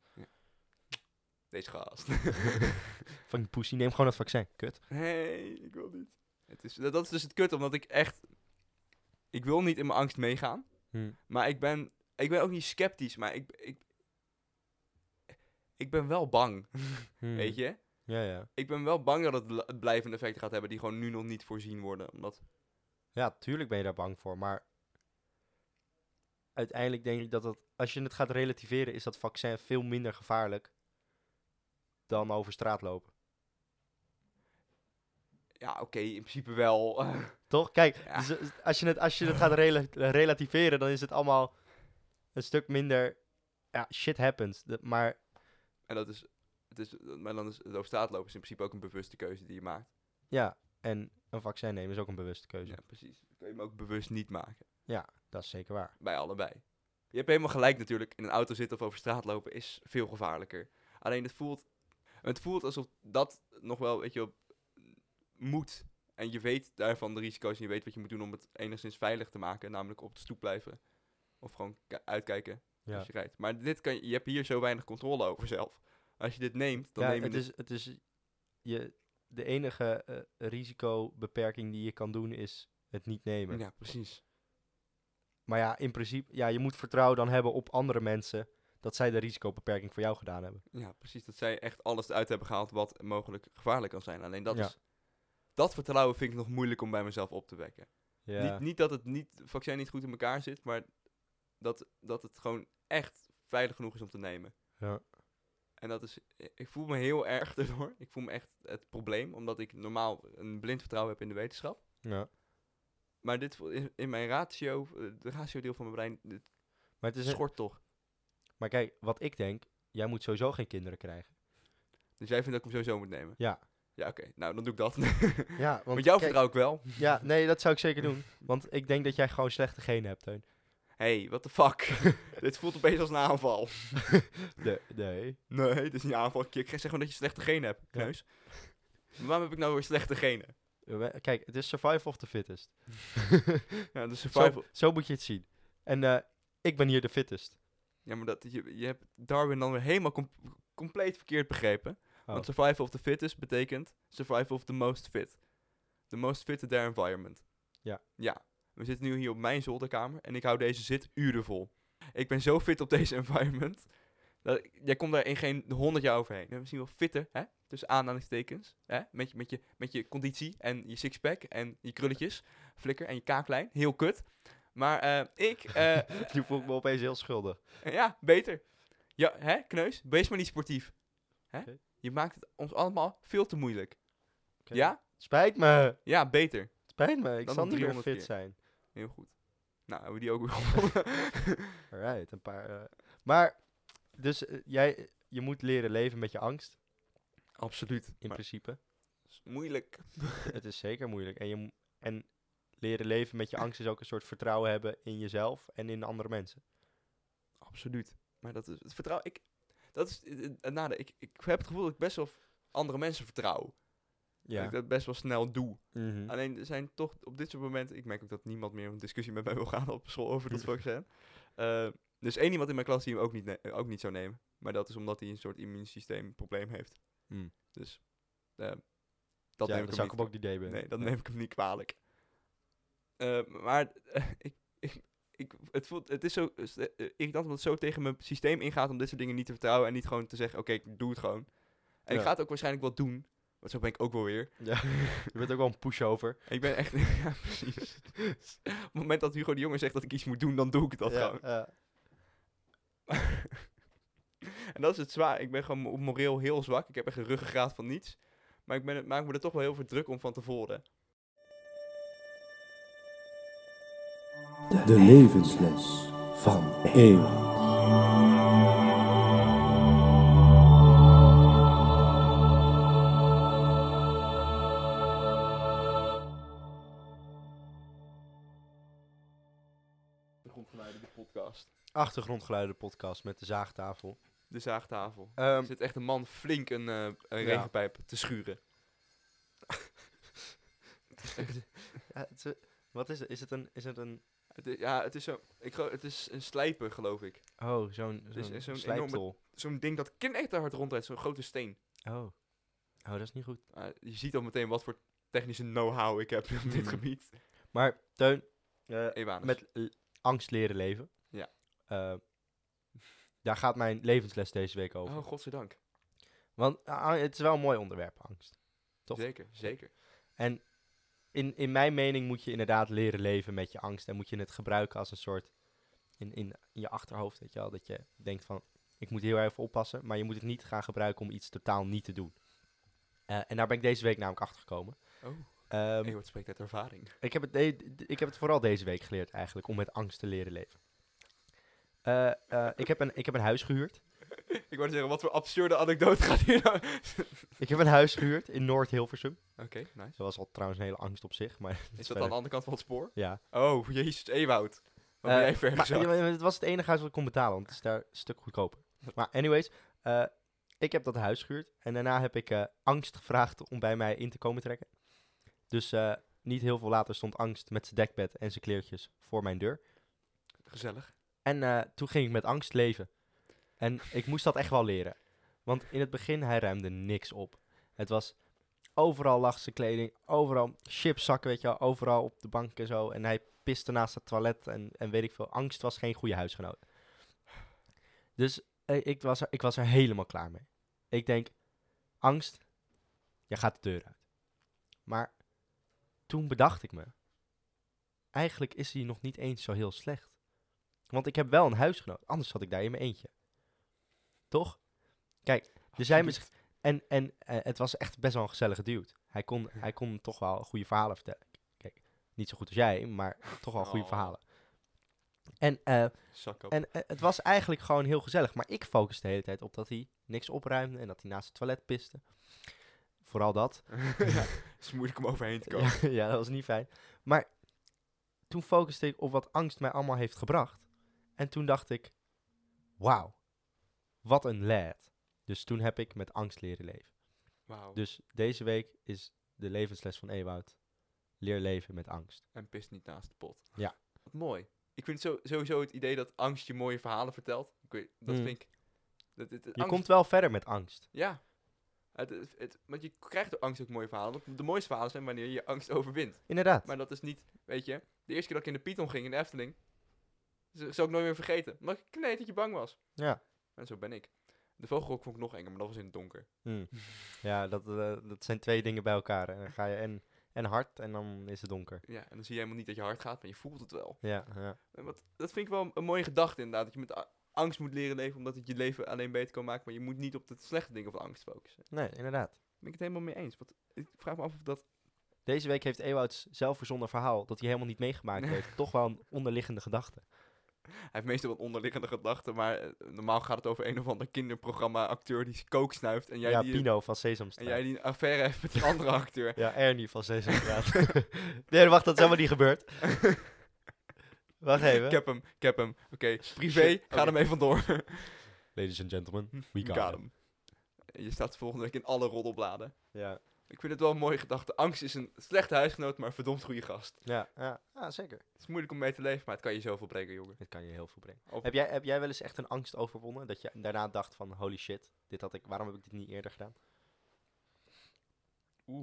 Deze gast. Fucking pussy, neem gewoon het vaccin. Kut. Nee, ik wil niet. Het is, dat, dat is dus het kut, omdat ik echt... Ik wil niet in mijn angst meegaan. Hm. Maar ik ben, ik ben ook niet sceptisch, maar ik, ik, ik ben wel bang, Hm. weet je? Ja, ja. Ik ben wel bang dat het, l- het blijvende effecten gaat hebben die gewoon nu nog niet voorzien worden. Omdat, Ja, tuurlijk ben je daar bang voor, maar uiteindelijk denk ik dat het, als je het gaat relativeren, is dat vaccin veel minder gevaarlijk dan over straat lopen. ja, oké, in principe wel. Toch? Kijk, Ja. dus, eh, als, je het, als je het gaat rela- relativeren, dan is het allemaal een stuk minder... Ja, shit happens. De- maar en dat is, het is, maar dan is het over straat lopen is in principe ook een bewuste keuze die je maakt. ja, en een vaccin nemen is ook een bewuste keuze. Ja, precies. Dat kun je hem ook bewust niet maken. Dat is zeker waar. Bij allebei. Je hebt helemaal gelijk natuurlijk. In een auto zitten of over straat lopen is veel gevaarlijker. Alleen het voelt, het voelt alsof dat nog wel, weet je, wel, moet. En je weet daarvan de risico's en je weet wat je moet doen om het enigszins veilig te maken. Namelijk op de stoep blijven. Of gewoon ki- uitkijken Ja. als je rijdt. Maar dit kan, je je hebt hier zo weinig controle over zelf. Als je dit neemt, dan ja, neem je het het... is, het is je, de enige eh, risicobeperking die je kan doen is het niet nemen. Ja, precies. Maar ja, in principe, ja, je moet vertrouwen dan hebben op andere mensen dat zij de risicobeperking voor jou gedaan hebben. Ja, precies. Dat zij echt alles eruit hebben gehaald wat mogelijk gevaarlijk kan zijn. Alleen dat Ja. is... Dat vertrouwen vind ik nog moeilijk om bij mezelf op te wekken. Ja. Niet, niet dat het niet, vaccin niet goed in elkaar zit, maar dat, dat het gewoon echt veilig genoeg is om te nemen. Ja. En dat is, ik voel me heel erg erdoor. Ik voel me echt het probleem, omdat ik normaal een blind vertrouwen heb in de wetenschap. Ja. Maar dit voel- in, in mijn ratio, eh, de ratio-deel van mijn brein, dit Maar, het is een- schort toch. maar kijk, wat ik denk, jij moet sowieso geen kinderen krijgen. Dus jij vindt dat ik hem sowieso moet nemen? Ja. Ja, oké. Nou, dan doe ik dat. Ja, want Met jou kijk, vertrouw ik wel. Ja, nee, dat zou ik zeker doen. Want ik denk dat jij gewoon slechte genen hebt, Teun. Hey, what the fuck? Dit voelt opeens als een aanval. Nee. nee. Nee, dit is niet een aanval. Ik zeg gewoon dat je slechte genen hebt, kneus. Maar waarom heb ik nou weer slechte genen? We- Kijk, het is survival of the fittest. Ja, de survival. Zo, zo moet je het zien. En eh, ik ben hier de fittest. Ja, maar dat, je, je hebt Darwin dan weer helemaal com- compleet verkeerd begrepen. Oh. Want survival of the fittest betekent survival of the most fit. The most fit to their environment. Ja. Ja. We zitten nu hier op mijn zolderkamer en ik hou deze zit uren vol. Ik ben zo fit op deze environment. Dat, jij komt daar in geen honderd jaar overheen. Je bent misschien wel fitter, hè? Tussen aanhalingstekens. Hè? Met, je, met, je, met je conditie en je sixpack en je krulletjes. Flikker en je kaaklijn. Heel kut. Maar eh, ik... eh, Nu voel ik me opeens heel schuldig. ja, beter. Ja, hè, kneus? Wees maar niet sportief. Hè? Oké. Je maakt het ons allemaal veel te moeilijk. Oké. Ja? Spijt me. Ja, beter. Spijt me. Ik Dan zal nog niet meer driehonderd fit keer. zijn. Heel goed. Nou, hebben we die ook weer gevonden. Alright, een paar... eh, Maar, dus eh, jij... Je moet leren leven met je angst, Absoluut. in Maar principe. het is moeilijk. Het is zeker moeilijk. En, je, mo- en leren leven met je angst is ook een soort vertrouwen hebben in jezelf en in andere mensen. Absoluut. Maar dat is het vertrouwen. Ik, dat is het, het nadeel. Ik, ik heb het gevoel dat ik best wel andere mensen vertrouw. Dat ik dat best wel snel doe. Mhm. Alleen er zijn toch op dit soort momenten... Ik merk ook dat niemand meer een discussie met mij wil gaan op school over dat vaccin. Uh, er is één iemand in mijn klas die hem ook niet, ne- ook niet zou nemen. Maar dat is omdat hij een soort immuunsysteemprobleem heeft. Mm. Dus uh, dat Ja, neem ik dat hem zou niet ik hem ook niet nemen. Nee, dat neem ik hem niet kwalijk. Uh, maar uh, ik, ik, ik, het, voelt, het is zo uh, irritant omdat het zo tegen mijn systeem ingaat om dit soort dingen niet te vertrouwen en niet gewoon te zeggen, oké, okay, ik doe het gewoon. En Ja. ik ga het ook waarschijnlijk wel doen, want zo ben ik ook wel weer. Ja, je bent ook wel een pushover. Ik ben echt, ja precies. Op het moment dat Hugo de Jonge zegt dat ik iets moet doen, dan doe ik dat ja, gewoon. ja. En dat is het zwaar. Ik ben gewoon mo- moreel heel zwak. Ik heb echt een ruggengraat van niets. Maar ik ben, maak me er toch wel heel veel druk om van tevoren. De levensles van Eeuw. De podcast. Achtergrondgeluiden podcast met de zaagtafel. De zaagtafel. Um, Er zit echt een man flink een, uh, een Ja. regenpijp te schuren. ja, het is, een- wat is het? Is het een... Is het een Het is, ja, het is, zo, ik, gel- het is een slijper, geloof ik. oh, zo'n is- zo'n is zo'n slijptol. Zo'n ding dat knetterhard rondrijdt, zo'n grote steen. Oh. Oh, dat is niet goed. Uh, je ziet al meteen wat voor technische know-how ik heb op dit Mm. gebied. Maar, Teun, eh, Ewanus. met l- angst leren leven. Ja. Eh, daar gaat mijn levensles deze week over. Oh, godzijdank. Want ah, het is wel een mooi onderwerp, angst. Toch? Zeker, zeker. En in, in mijn mening moet je inderdaad leren leven met je angst. En moet je het gebruiken als een soort... In, in, in je achterhoofd, weet je wel. Dat je denkt van, ik moet heel erg oppassen. Maar je moet het niet gaan gebruiken om iets totaal niet te doen. Uh, en daar ben ik deze week namelijk achter gekomen. Oh, Um, Ewout spreekt uit ervaring. ik, heb het de- d- ik heb het vooral deze week geleerd eigenlijk, om met angst te leren leven. Uh, uh, ik, heb een, ik heb een huis gehuurd. Ik wou zeggen, wat voor absurde anekdote gaat hier nou? Ik heb een huis gehuurd in Noord-Hilversum. Oké, okay, nice. Dat was al trouwens een hele angst op zich. Maar Is dat aan de andere kant van het spoor? Ja. Oh, jezus, Ewout. Wat ben Uh, jij ver maar, gezakt? ja, maar het was het enige huis wat ik kon betalen, want het is daar een stuk goedkoper. Maar anyways, uh, ik heb dat huis gehuurd. En daarna heb ik uh, angst gevraagd om bij mij in te komen trekken. Dus uh, niet heel veel later stond angst met zijn dekbed en zijn kleertjes voor mijn deur. Gezellig. En uh, toen ging ik met angst leven. En ik moest dat echt wel leren. Want in het begin, hij ruimde niks op. Het was, overal lag zijn kleding, overal chipszakken, weet je wel, overal op de bank en zo. En hij piste naast het toilet en, en weet ik veel. Angst was geen goede huisgenoot. Dus eh, ik, was er, ik was er helemaal klaar mee. Ik denk, angst, je gaat de deur uit. Maar toen bedacht ik me, eigenlijk is hij nog niet eens zo heel slecht. Want ik heb wel een huisgenoot, anders zat ik daar in mijn eentje. Toch? Kijk, er zijn misschien... En, en eh, het was echt best wel een gezellige dude. Hij kon, hij kon toch wel goede verhalen vertellen. Kijk, niet zo goed als jij, maar toch wel goede Oh. verhalen. En, eh, Zak op. en eh, het was eigenlijk gewoon heel gezellig. Maar ik focuste de hele tijd op dat hij niks opruimde en dat hij naast het toilet piste. Vooral dat. ja, het is moeilijk om overheen te komen. ja, ja, dat was niet fijn. Maar toen focuste ik op wat angst mij allemaal heeft gebracht. En toen dacht ik, wauw, wat een lad. Dus toen heb ik met angst leren leven. Wauw. Dus deze week is de levensles van Ewout. Leer leven met angst. En pist niet naast de pot. Ja. Wat mooi. Ik vind zo, sowieso het idee dat angst je mooie verhalen vertelt. Ik weet, dat Mm. vind ik... Dat, het, het Je angst- komt wel verder met angst. Ja. Het, het, het- want je krijgt door angst ook mooie verhalen. Want de mooiste verhalen zijn wanneer je je angst overwint. Inderdaad. Maar dat is niet, weet je... De eerste keer dat ik in de Python ging in de Efteling... z- Zou ik nooit meer vergeten. Omdat ik knetertje bang was. Ja. En zo ben ik. De vogelrok vond ik nog enger, maar dat was in het donker. Mm. Ja, dat, eh, dat zijn twee dingen bij elkaar. En dan ga je en, en hard en dan is het donker. Ja, en dan zie je helemaal niet dat je hard gaat, maar je voelt het wel. Ja, ja. En wat, dat vind ik wel een, een mooie gedachte inderdaad. Dat je met a- angst moet leren leven, omdat het je leven alleen beter kan maken. Maar je moet niet op de slechte dingen van angst focussen. Nee, inderdaad. Daar ben ik het helemaal mee eens. Want ik vraag me af of dat... Deze week heeft Ewouts zelfverzonnen verhaal, dat hij helemaal niet meegemaakt heeft, toch wel een onderliggende gedachte. Hij heeft meestal wat onderliggende gedachten, maar eh, normaal gaat het over een of ander kinderprogramma-acteur die kook snuift. En jij, Ja, die, Pino van en Sesamstraat. jij die een affaire heeft met een andere acteur. Ja, Ernie van Sesamstraat. Nee, wacht, dat is helemaal niet gebeurd. Wacht even. Ik heb hem, ik heb hem. Oké, privé, Shit, ga oké. ermee vandoor. Ladies and gentlemen, we got, Got him. hem. Je staat volgende week in alle roddelbladen. Ja, Ik vind het wel een mooie gedachte. Angst is een slechte huisgenoot, maar een verdomd goede gast. ja, ja, ja, zeker. Het is moeilijk om mee te leven, maar het kan je zoveel brengen, jongen. Dit kan je heel veel brengen. Of- Heb jij, heb jij wel eens echt een angst overwonnen, dat je daarna dacht van, holy shit, dit had ik, waarom heb ik dit niet eerder gedaan? Oeh.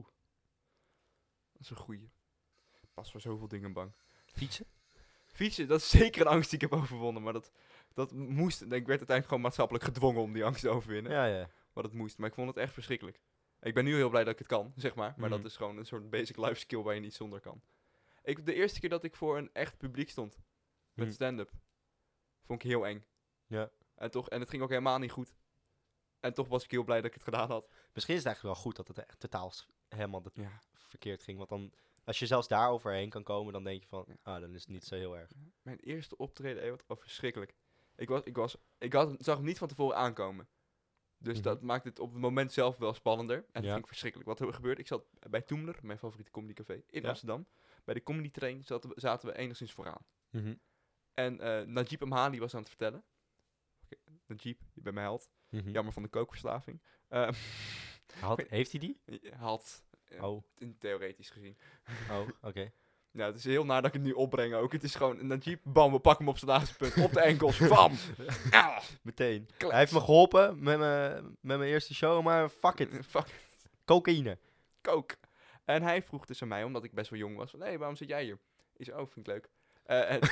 Dat is een goeie. Ik pas voor zoveel dingen bang. Fietsen? Fietsen, dat is zeker een angst die ik heb overwonnen, maar dat, dat moest. Ik werd uiteindelijk gewoon maatschappelijk gedwongen om die angst te overwinnen. Ja, ja. Maar dat moest. Maar ik vond het echt verschrikkelijk. Ik ben nu heel blij dat ik het kan, zeg maar. Maar Mhm. dat is gewoon een soort basic life skill waar je niet zonder kan. Ik, de eerste keer dat ik voor een echt publiek stond, met Mhm. stand-up, vond ik heel eng. Ja. En, toch, en het ging ook helemaal niet goed. En toch was ik heel blij dat ik het gedaan had. Misschien is het eigenlijk wel goed dat het echt totaal s- helemaal de- Ja. verkeerd ging. Want dan, als je zelfs daar overheen kan komen, dan denk je van, Ja. ah, dan is het niet zo heel erg. Mijn eerste optreden, eh, wat oh, verschrikkelijk. Ik, was, ik, was, ik had, zag hem niet van tevoren aankomen. Dus Mhm. dat maakt het op het moment zelf wel spannender. En dat Ja. vind ik verschrikkelijk. Wat er gebeurde, ik zat bij Toemler, mijn favoriete comedycafé in Ja. Amsterdam. Bij de comedy train zaten we, zaten we enigszins vooraan. Mhm. En eh Najib Amhali was aan het vertellen. Oké, Najib, je bent mijn held. Mhm. Jammer van de kookverslaving. Eh, Had, heeft hij die? je had, eh, Oh, in theoretisch gezien. oh, oké. Ja, het is heel naar dat ik het nu opbreng ook. Het is gewoon, Najib, bam, we pakken hem op zijn laagste punt. Op de enkels, bam! Ah, Meteen. klets. Hij heeft me geholpen met mijn met mijn eerste show, maar fuck it. Fuck, Cocaïne. kook. En hij vroeg dus aan mij, omdat ik best wel jong was, van, hé, waarom zit jij hier? Ik zei, oh, vind ik leuk. Eh, en,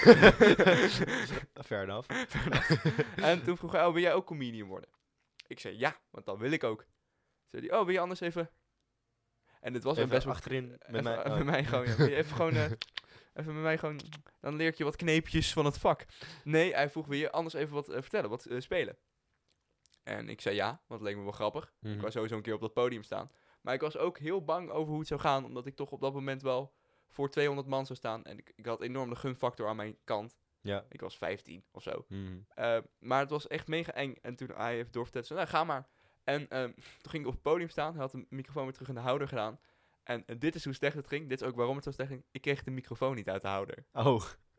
Fair enough. en toen vroeg hij, oh, wil jij ook comedian worden? Ik zei, ja, want dan wil ik ook. Toen zei hij, oh, wil je anders even... En het was Even een best wel... achterin met even, mij. eh, oh. met mij gewoon, ja. Wil je even gewoon... eh, even met mij gewoon... Dan leer ik je wat kneepjes van het vak. Nee, hij vroeg, wil je anders even wat eh, vertellen, wat eh, spelen? En ik zei ja, want het leek me wel grappig. Mhm. Ik wou sowieso een keer op dat podium staan. Maar ik was ook heel bang over hoe het zou gaan, omdat ik toch op dat moment wel voor tweehonderd man zou staan. En ik, ik had enorm de gunfactor aan mijn kant. Ja. Ik was vijftien of zo. Mhm. Uh, maar het was echt mega eng. En toen hij heeft doorverteld, zei, nou ga maar. En um, toen ging ik op het podium staan. Hij had de microfoon weer terug in de houder gedaan. En uh, dit is hoe slecht het ging. Dit is ook waarom het zo slecht ging. Ik kreeg de microfoon niet uit de houder. Oh.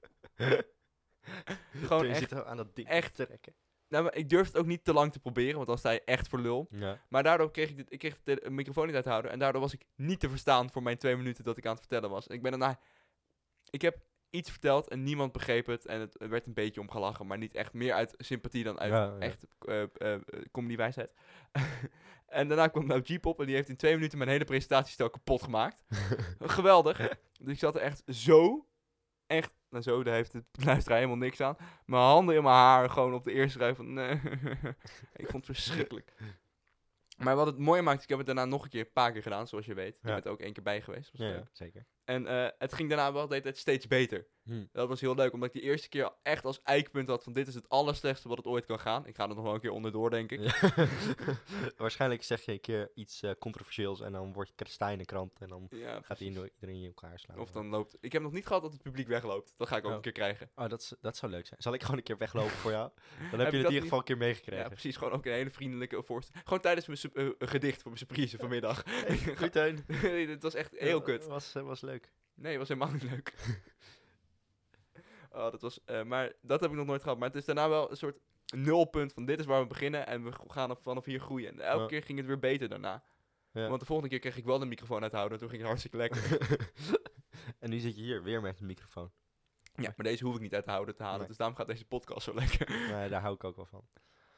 Gewoon je echt, zit aan dat ding echt. te trekken. Nou, maar ik durfde het ook niet te lang te proberen, want dan sta je echt voor lul. Ja. Maar daardoor kreeg ik, dit, ik kreeg de microfoon niet uit de houder. En daardoor was ik niet te verstaan voor mijn twee minuten dat ik aan het vertellen was. En ik ben daarna... Ik heb iets verteld en niemand begreep het. En het werd een beetje omgelachen, maar niet echt meer uit sympathie dan uit Ja, ja. echt uh, uh, comedywijsheid. En daarna kwam Najib op en die heeft in twee minuten mijn hele presentatiestel kapot gemaakt. Geweldig. Dus ik zat er echt zo echt, nou zo, daar heeft de luisteraar helemaal niks aan. Mijn handen in mijn haar, gewoon op de eerste rij van, nee. Ik vond het verschrikkelijk. Maar wat het mooie maakt, ik heb het daarna nog een keer, een paar keer gedaan, zoals je weet. Je Ja. bent er ook één keer bij geweest, was Ja, leuk. ja, zeker. En uh, het ging daarna wel de hele tijd steeds beter. Hm. Dat was heel leuk, omdat ik die eerste keer echt als eikpunt had van dit is het allerslechtste wat het ooit kan gaan. Ik ga er nog wel een keer onderdoor, denk ik. Ja. Waarschijnlijk zeg je een keer iets uh, controversieels en dan wordt je sta je in de krant en dan Ja, gaat iedereen in elkaar slaan. of dan loopt... Ik heb nog niet gehad dat het publiek wegloopt. Dat ga ik ook Oh. een keer krijgen. Oh, dat, is, dat zou leuk zijn. Zal ik gewoon een keer weglopen voor jou? Dan heb, Heb je je het in dat ieder geval een keer meegekregen. Ja, precies. Gewoon ook een hele vriendelijke voorstel. Gewoon tijdens mijn sup- uh, gedicht voor mijn surprise vanmiddag. Hey, goed, Teun. Het was echt heel kut. Het was, uh, was leuk. Nee, het was helemaal niet leuk. Oh, dat was... Uh, maar dat heb ik nog nooit gehad. Maar het is daarna wel een soort nulpunt van dit is waar we beginnen en we gaan er vanaf hier groeien. En elke Ja. keer ging het weer beter daarna. Ja. Want de volgende keer kreeg ik wel de microfoon uit te houden en toen ging het hartstikke lekker. En nu zit je hier weer met een microfoon. Ja, maar deze hoef ik niet uit te houden te halen. Nee. Dus daarom gaat deze podcast zo lekker. Nee, daar hou ik ook wel van.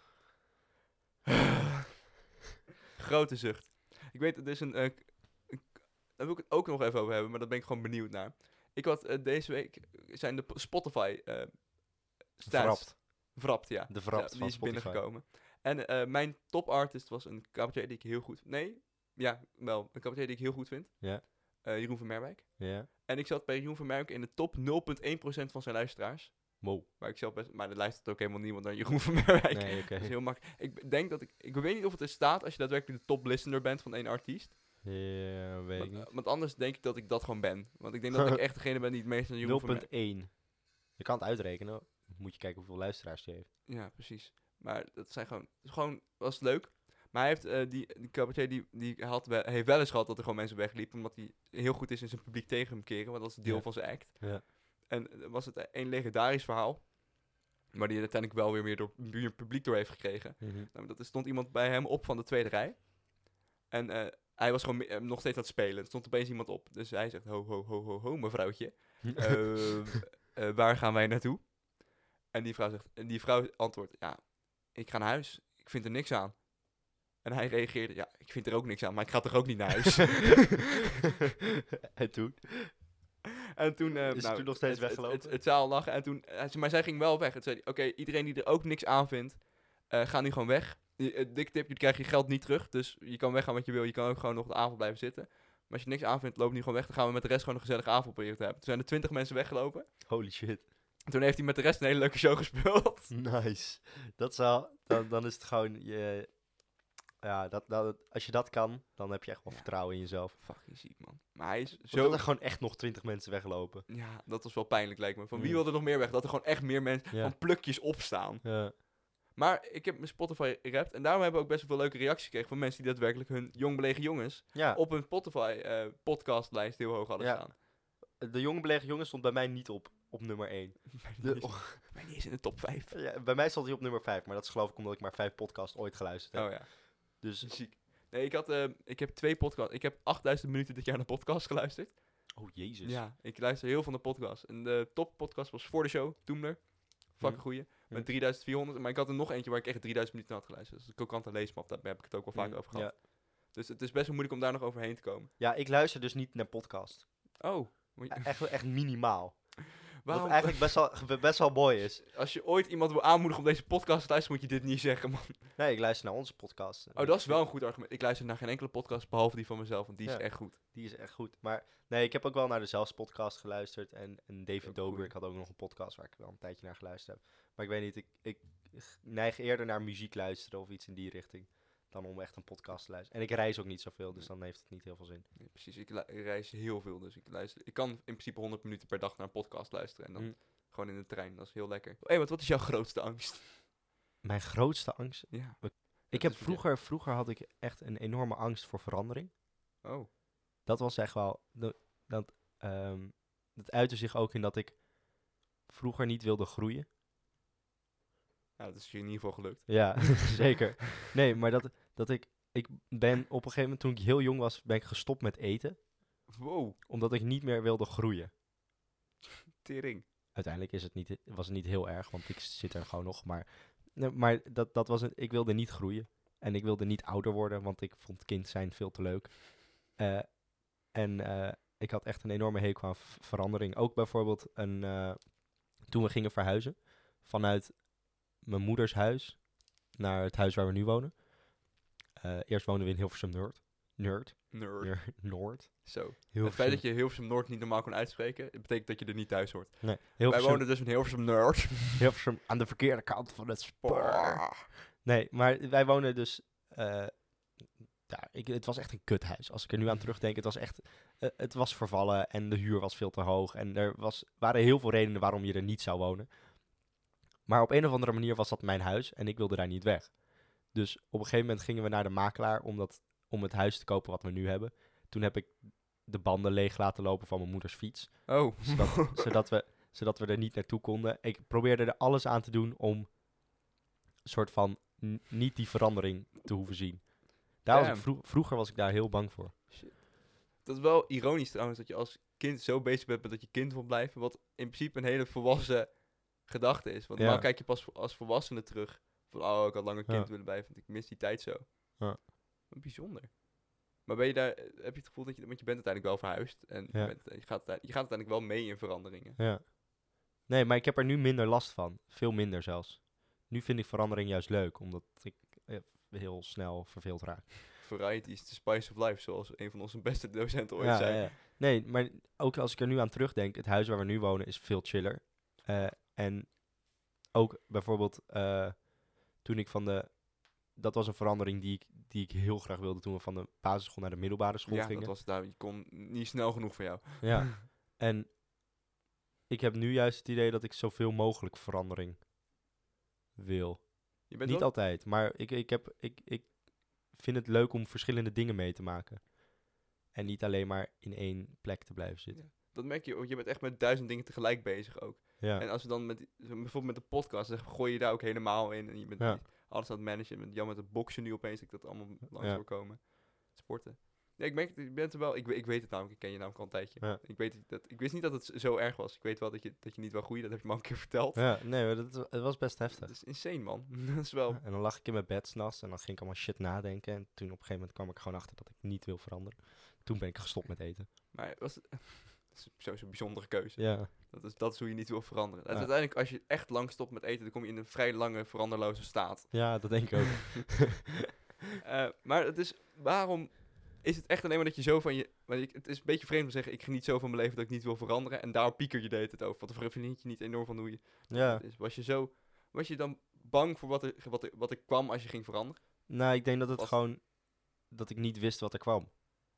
Grote zucht. Ik weet, het is een... Uh, daar wil ik het ook nog even over hebben, maar daar ben ik gewoon benieuwd naar. Ik had uh, deze week... zijn de Spotify... Uh, stats... Verrapt. Verrapt, ja. De verrapt ja, die van is Spotify. binnengekomen. En uh, mijn topartist was een cabaretier die ik heel goed... Nee, ja, wel. Een cabaretier die ik heel goed vind. Ja. Uh, Jeroen van Merwijk. Ja. En ik zat bij Jeroen van Merwijk in de top nul komma één procent van zijn luisteraars. Wow. Maar ik zelf best... Maar er luistert ook helemaal niemand naar Jeroen van Merwijk. Nee, oké. Dat Okay. is heel makkelijk. Ik denk dat ik... Ik weet niet of het er staat als je daadwerkelijk de top listener bent van één artiest. Ja, weet ik Want, niet. want anders denk ik dat ik dat gewoon ben. Want ik denk dat ik echt degene ben die het meest naar Jeroen nul van komma Merwijk... één. Je kan het uitrekenen. Moet je kijken hoeveel luisteraars die heeft. Ja, precies. Maar dat zijn gewoon... gewoon was leuk. Maar hij heeft... Uh, die die cabaretier die, die had wel, heeft wel eens gehad dat er gewoon mensen wegliepen. Omdat hij heel goed is in zijn publiek tegen hem keren. Want dat is deel Ja. van zijn act. Ja. En uh, was het een legendarisch verhaal. Maar die uiteindelijk wel weer meer door meer publiek door heeft gekregen. Mm-hmm. Nou, dat, er stond iemand bij hem op van de tweede rij. En uh, hij was gewoon uh, nog steeds aan het spelen. Er stond opeens iemand op. Dus hij zegt, ho, ho, ho, ho, ho, mevrouwtje. uh, uh, waar gaan wij naartoe? En die vrouw zegt, en die vrouw antwoordt, ja, ik ga naar huis. Ik vind er niks aan. En hij reageerde, ja, ik vind er ook niks aan, maar ik ga toch ook niet naar huis? En toen? En toen... Uh, Is nou, toen nog steeds het, weggelopen? Het, het, het zaal lachen. En toen... Uh, maar zij ging wel weg. En toen zei hij, oké, okay, iedereen die er ook niks aan vindt, uh, ga nu gewoon weg. Uh, dik tip, je krijgt je geld niet terug. Dus je kan weggaan wat je wil. Je kan ook gewoon nog de avond blijven zitten. Maar als je niks aan vindt, loop nu gewoon weg. Dan gaan we met de rest gewoon een gezellige avond proberen te hebben. Toen zijn er twintig mensen weggelopen. Holy shit. En toen heeft hij met de rest een hele leuke show gespeeld. Nice. Dat zou... Dan, dan is het gewoon... Je, ja, dat, dat, als je dat kan, dan heb je echt wel Ja. vertrouwen in jezelf. Fucking ziek, man. Maar hij is Zo... zo... Dat er gewoon echt nog twintig mensen weglopen. Ja, dat was wel pijnlijk, lijkt me. Van wie Ja. wilde er nog meer weg? Dat er gewoon echt meer mensen Ja. van plukjes opstaan. Ja. Maar ik heb mijn Spotify gerapt. En daarom hebben we ook best wel veel leuke reacties gekregen van mensen die daadwerkelijk hun jong belegen jongens Ja. op hun Spotify uh, podcastlijst heel hoog hadden Ja. staan. De jonge belegen jongen stond bij mij niet op, op nummer één. De, De, maar niet eens in de top vijf. ja, bij mij stond hij op nummer vijf, maar dat is geloof ik omdat ik maar vijf podcasts ooit geluisterd heb. Oh ja, Dus, ziek. Nee, ik, had, uh, ik heb twee podcasts. Ik heb achtduizend minuten dit jaar naar podcasts geluisterd. oh jezus. Ja, ik luister heel veel naar podcasts. En de top podcast was voor de show, Toemler. Fucking Mhm. goeie. Met Mhm. drieduizend vierhonderd. Maar ik had er nog eentje waar ik echt drieduizend minuten naar had geluisterd. Dat is de Kokante Leesmap. Daar heb ik het ook wel vaak Mm, over gehad. Ja. Dus het is best wel moeilijk om daar nog overheen te komen. ja, ik luister dus niet naar podcast. Oh. moet je- E- Echt, echt minimaal. Wat Waarom, eigenlijk best wel, best wel mooi is. als je ooit iemand wil aanmoedigen om deze podcast te luisteren, moet je dit niet zeggen, man. Nee, ik luister naar onze podcast. Oh, dat is wel een goed argument. Ik luister naar geen enkele podcast, behalve die van mezelf, want die is Ja. echt goed. Die is echt goed. Maar nee, ik heb ook wel naar de Zelfs podcast geluisterd. En, en David Ook Dobrik goeie. had ook nog een podcast waar ik wel een tijdje naar geluisterd heb. Maar ik weet niet, ik, ik neig eerder naar muziek luisteren of iets in die richting. Dan om echt een podcast te luisteren. En ik reis ook niet zoveel, dus dan heeft het niet heel veel zin. Nee, precies, ik, lu- ik reis heel veel, dus ik luister. Ik kan in principe honderd minuten per dag naar een podcast luisteren en dan Hm. gewoon in de trein. Dat is heel lekker. Hé, hey, wat, wat is jouw grootste angst? Mijn grootste angst? Ja. Ik heb vroeger, vroeger had ik echt een enorme angst voor verandering. Oh. Dat was echt wel, de- dat, ehm dat uitte zich ook in dat ik vroeger niet wilde groeien. Nou, dat is je in ieder geval gelukt. Ja, zeker. Nee, maar dat, dat ik, ik ben op een gegeven moment, toen ik heel jong was, ben ik gestopt met eten. Wow, Omdat ik niet meer wilde groeien. tering. Uiteindelijk is het niet, was het niet heel erg, want ik zit er gewoon nog. Maar, nee, maar dat, dat was een, ik wilde niet groeien. En ik wilde niet ouder worden, want ik vond kind zijn veel te leuk. Eh, en, eh, ik had echt een enorme hekel aan v- verandering. Ook bijvoorbeeld een, eh, toen we gingen verhuizen vanuit mijn moeders huis naar het huis waar we nu wonen. Eh, eerst woonden we in Hilversum Noord. Nerd. Nerd. Nerd. Noord. Zo. Het Hilversum. feit dat je Hilversum Noord niet normaal kon uitspreken, het betekent dat je er niet thuis hoort. Nee, Wij Hilversum, wonen dus in Hilversum Noord. Hilversum aan de verkeerde kant van het spoor. Nee, maar wij wonen dus... eh ja, ik, het was echt een kuthuis. Als ik er nu aan terugdenk, het was echt... eh, het was vervallen en de huur was veel te hoog. En er was, waren heel veel redenen waarom je er niet zou wonen. Maar op een of andere manier was dat mijn huis en ik wilde daar niet weg. Dus op een gegeven moment gingen we naar de makelaar om, dat, om het huis te kopen wat we nu hebben. Toen heb ik de banden leeg laten lopen van mijn moeders fiets. Oh. Zodat, zodat, we, zodat we er niet naartoe konden. Ik probeerde er alles aan te doen om een soort van n- niet die verandering te hoeven zien. Daar was ik Damn. vro- vroeger was ik daar heel bang voor. Dat is wel ironisch trouwens, dat je als kind zo bezig bent met dat je kind wil blijven, wat in principe een hele volwassen gedachte is. Want Ja. normaal kijk je pas als volwassene terug van, oh, ik had langer kind Ja. willen blijven, want ik mis die tijd zo. Ja. Wat bijzonder. Maar ben je daar, heb je het gevoel dat je, want je bent uiteindelijk wel verhuisd en Ja. je, bent, je, gaat, uite- je gaat uiteindelijk wel mee in veranderingen. Ja. Nee, maar ik heb er nu minder last van. Veel minder zelfs. Nu vind ik verandering juist leuk, omdat ik eh, heel snel verveeld raak. Variety is the spice of life, zoals een van onze beste docenten ooit Ja, zei. ja, ja. Nee, maar ook als ik er nu aan terugdenk, het huis waar we nu wonen is veel chiller. Eh, en ook bijvoorbeeld eh, toen ik van de... Dat was een verandering die ik, die ik heel graag wilde toen we van de basisschool naar de middelbare school Ja, gingen. dat was daar. Je kon niet snel genoeg voor jou. Ja. En ik heb nu juist het idee dat ik zoveel mogelijk verandering wil. Je bent Niet wel- altijd, maar ik, ik, heb, ik, ik vind het leuk om verschillende dingen mee te maken. En niet alleen maar in één plek te blijven zitten. Dat merk je, want je bent echt met duizend dingen tegelijk bezig ook. Ja, En als we dan met, die- zo bijvoorbeeld met de podcast, dan gooi je daar ook helemaal in. En je bent Ja. niet alles aan het managen. Met Jan met het boksen nu opeens, dat ik dat allemaal langs Ja. hoor komen. Sporten. Ja, ik merk, het, je bent er wel, ik, we- ik weet het namelijk, ik ken je namelijk al een tijdje. Ja. Ik, weet dat, ik wist niet dat het zo erg was. Ik weet wel dat je, dat je niet wil groeien, dat heb je me al een keer verteld. ja nee, maar dat, het was best Dat heftig. is insane, man. dat is wel... En dan lag ik in mijn bed 's nachts en dan ging ik allemaal shit nadenken. En toen op een gegeven moment kwam ik gewoon achter dat ik niet wil veranderen. Toen ben ik gestopt met eten. Maar was het... Dat is sowieso een bijzondere keuze. Ja, Dat is, dat is hoe je niet wil veranderen. Dus Ja. uiteindelijk, als je echt lang stopt met eten, dan kom je in een vrij lange, veranderloze staat. ja dat denk ik ook. Eh, maar het is, waarom is het echt alleen maar dat je zo van je... Want ik, het is een beetje vreemd om te zeggen, ik geniet zo van mijn leven dat ik niet wil veranderen. En daar pieker je de hele tijd over. Want dan verdient je niet enorm van hoe je Ja, het is. Was je zo... Was je dan bang voor wat er, wat er, wat er kwam als je ging veranderen? nou ik denk dat het Was- gewoon... Dat ik niet wist wat er kwam.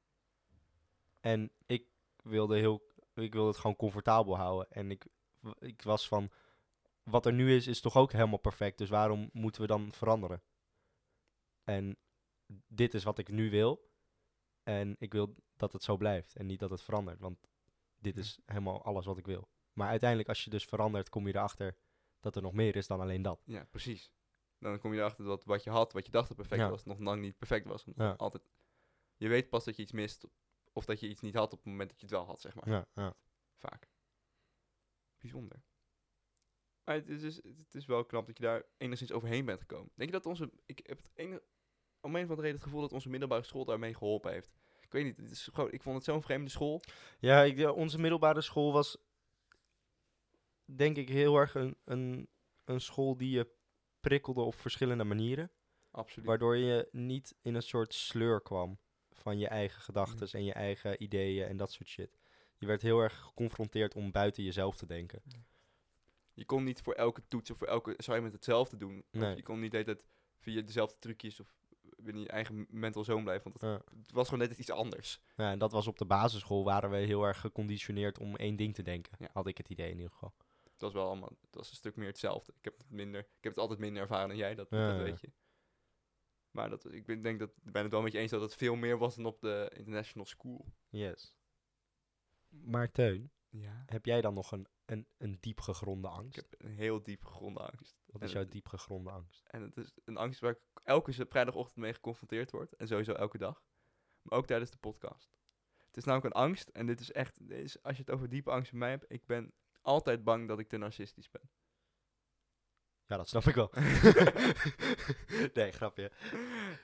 En ik wilde heel... Ik wilde het gewoon comfortabel houden. En ik, w- ik was van... Wat er nu is, is toch ook helemaal perfect. Dus waarom moeten we dan veranderen? En dit is wat ik nu wil. En ik wil dat het zo blijft. En niet dat het verandert. Want dit is helemaal alles wat ik wil. Maar uiteindelijk, als je dus verandert, kom je erachter dat er nog meer is dan alleen dat. Ja, precies. Dan kom je erachter dat wat je had, wat je dacht dat perfect Ja. was, nog lang niet perfect was. Want Ja. altijd, je weet pas dat je iets mist, of dat je iets niet had op het moment dat je het wel had, zeg maar. Ja, ja. Vaak. Bijzonder. Maar het is, dus, het is wel knap dat je daar enigszins overheen bent gekomen. Denk je dat onze... Ik heb het ene, om een of andere reden het gevoel dat onze middelbare school daarmee geholpen heeft. Ik weet niet, het is gewoon, ik vond het zo'n vreemde school. Ja, ik, ja, onze middelbare school was denk ik heel erg een, een, een school die je prikkelde op verschillende manieren. Absoluut. Waardoor je niet in een soort sleur kwam van je eigen gedachten en je eigen ideeën en dat soort shit. Je werd heel erg geconfronteerd om buiten jezelf te denken. Je kon niet voor elke toets of voor elke assignment hetzelfde doen. Of Nee. je kon niet de hele tijd via dezelfde trucjes of binnen je eigen mental zone blijven. Want het, Ja. het was gewoon net iets anders. Ja, en dat was op de basisschool, waren we heel erg geconditioneerd om één ding te denken. Ja. Had ik het idee in ieder geval. Het was wel allemaal, het was een stuk meer hetzelfde. Ik heb het minder, ik heb het altijd minder ervaren dan jij, dat, Ja, dat ja. weet je. Maar dat, ik ben, denk dat, ik ben het wel met je eens dat het veel meer was dan op de international school. Yes. Maar Teun, Ja. heb jij dan nog een, een, een diep gegronde Ik angst? heb een heel diep gegronde angst. Wat en is jouw het- diep gegronde angst? En het is een angst waar ik elke z- vrijdagochtend mee geconfronteerd word. En sowieso elke dag. Maar ook tijdens de podcast. Het is namelijk een angst. En dit is echt, dit is, als je het over diepe angst bij mij hebt. Ik ben altijd bang dat ik te narcistisch ben. Ja, dat snap ik wel. Nee, grapje.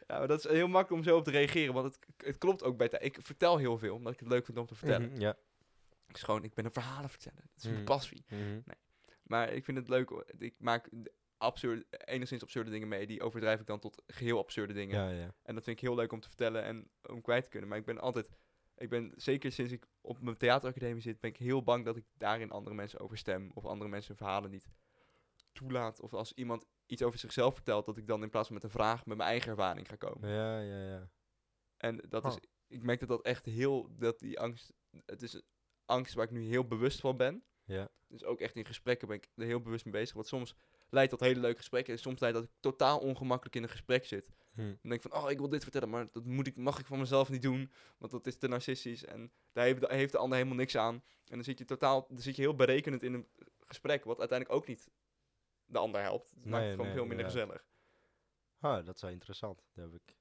Ja, maar dat is heel makkelijk om zo op te reageren, want het, het klopt ook bij... Ik vertel heel veel, omdat ik het leuk vind om te vertellen. Mhm, ja. Het is gewoon, ik ben een verhalen vertellen. Dat is mijn Mhm. passie. Mhm. Maar ik vind het leuk, ik maak absurde, enigszins absurde dingen mee, die overdrijf ik dan tot geheel absurde dingen. Ja, ja. En dat vind ik heel leuk om te vertellen en om kwijt te kunnen. Maar ik ben altijd, ik ben zeker sinds ik op mijn theateracademie zit, ben ik heel bang dat ik daarin andere mensen overstem. Of andere mensen hun verhalen niet toelaat. Of als iemand iets over zichzelf vertelt, dat ik dan in plaats van met een vraag met mijn eigen ervaring ga komen. Ja, ja, ja. En dat Oh. is, ik merk dat dat echt heel, dat die angst, het is een angst waar ik nu heel bewust van ben. Ja. Dus ook echt in gesprekken ben ik er heel bewust mee bezig. Want soms leidt dat hele leuke gesprekken. En soms leidt dat ik totaal ongemakkelijk in een gesprek zit. Hm. Dan denk ik van, oh, ik wil dit vertellen, maar dat moet ik, mag ik van mezelf niet doen. Want dat is te narcistisch. En daar heeft de, heeft de ander helemaal niks aan. En dan zit je totaal, dan zit je heel berekenend in een gesprek. Wat uiteindelijk ook niet de ander helpt. Het maakt Nee, het gewoon nee, veel minder inderdaad. gezellig. Ah, dat is wel interessant. Dat heb ik.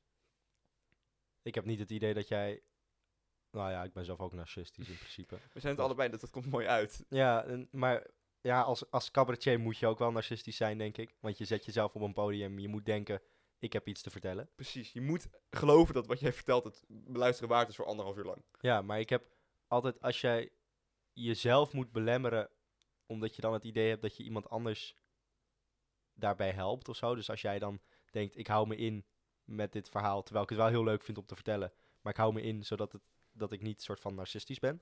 Ik heb niet het idee dat jij... Nou ja, ik ben zelf ook narcistisch in principe. We zijn het Dat- allebei, dus dat komt mooi uit. Ja, en- maar ja, als, als cabaretier moet je ook wel narcistisch zijn, denk ik. Want je zet jezelf op een podium, je moet denken, ik heb iets te vertellen. Precies, je moet geloven dat wat jij vertelt het beluisteren waard is voor anderhalf uur lang. Ja, maar ik heb altijd, als jij jezelf moet belemmeren, omdat je dan het idee hebt dat je iemand anders daarbij helpt of zo. Dus als jij dan denkt, ik hou me in met dit verhaal, terwijl ik het wel heel leuk vind om te vertellen, maar ik hou me in zodat het, dat ik niet soort van narcistisch ben.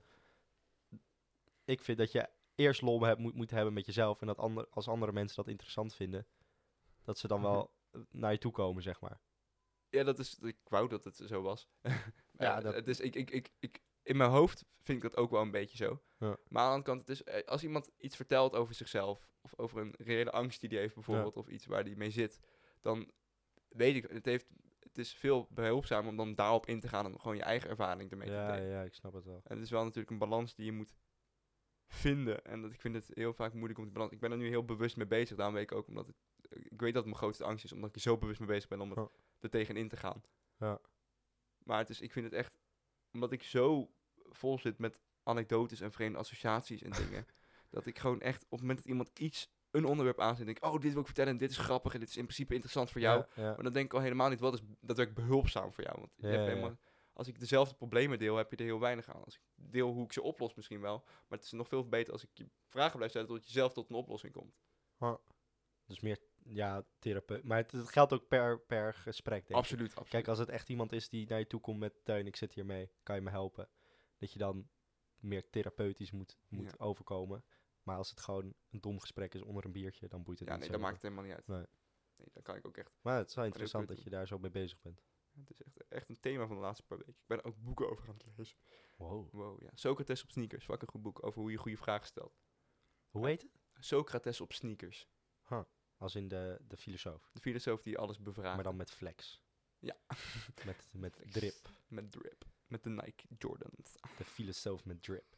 Ik vind dat je eerst lol heb, moet, moet hebben met jezelf en dat ander, als andere mensen dat interessant vinden, dat ze dan wel eh, naar je toe komen, zeg maar. Ja, dat is, ik wou dat het zo was. Ja, ja, dat- het is, ik, ik, ik, ik, in mijn hoofd vind ik dat ook wel een beetje zo. Ja. Maar aan de andere kant, het is, eh, als iemand iets vertelt over zichzelf, of over een reële angst die hij heeft bijvoorbeeld, of iets waar hij mee zit, dan weet ik, het, heeft, het is veel behulpzaam om dan daarop in te gaan en gewoon je eigen ervaring ermee te Ja, delen. ja, ik snap het wel. En het is wel natuurlijk een balans die je moet vinden. En dat, ik vind het heel vaak moeilijk om te balans. Ik ben er nu heel bewust mee bezig. Daarom weet ik ook, omdat het, ik weet dat het mijn grootste angst is, omdat ik er zo bewust mee bezig ben om het Ja. er tegenin te gaan. Ja. Maar het is, ik vind het echt, omdat ik zo vol zit met anekdotes en vreemde associaties en dingen, dat ik gewoon echt op het moment dat iemand iets, een onderwerp aanzet, denk ik, oh, dit wil ik vertellen en dit is grappig en dit is in principe interessant voor jou. Ja, ja. Maar dan denk ik al helemaal niet, wat is daadwerkelijk behulpzaam voor jou? Want je Ja, hebt ja, ja. helemaal, als ik dezelfde problemen deel, heb je er heel weinig aan. Als ik deel hoe ik ze oplos misschien wel, maar het is nog veel beter als ik je vragen blijf stellen tot je zelf tot een oplossing komt. Dus meer, ja, therapeut. Maar het, het geldt ook per, per gesprek, denk ik. Absoluut, absoluut. Kijk, als het echt iemand is die naar je toe komt met Teun, ik zit hiermee, kan je me helpen? Dat je dan meer therapeutisch moet, moet Ja. overkomen. Maar als het gewoon een dom gesprek is onder een biertje, dan boeit het Ja, niet nee, zo. dat maakt het helemaal niet uit. Nee. Nee, dan kan ik ook echt. Maar het is wel heel interessant kut dat je daar zo mee bezig bent. Het is echt, echt een thema van de laatste paar weken. Ik ben er ook boeken over aan het lezen. Wow. Wow, ja. Socrates op sneakers, fucking goed boek over hoe je goede vragen stelt. Hoe heet het? Socrates op sneakers. Als in de, de filosoof. De filosoof die alles bevraagt. Maar dan met flex. Ja. met, met Flex. drip. Met drip. Met de Nike Jordans. De filosoof met drip.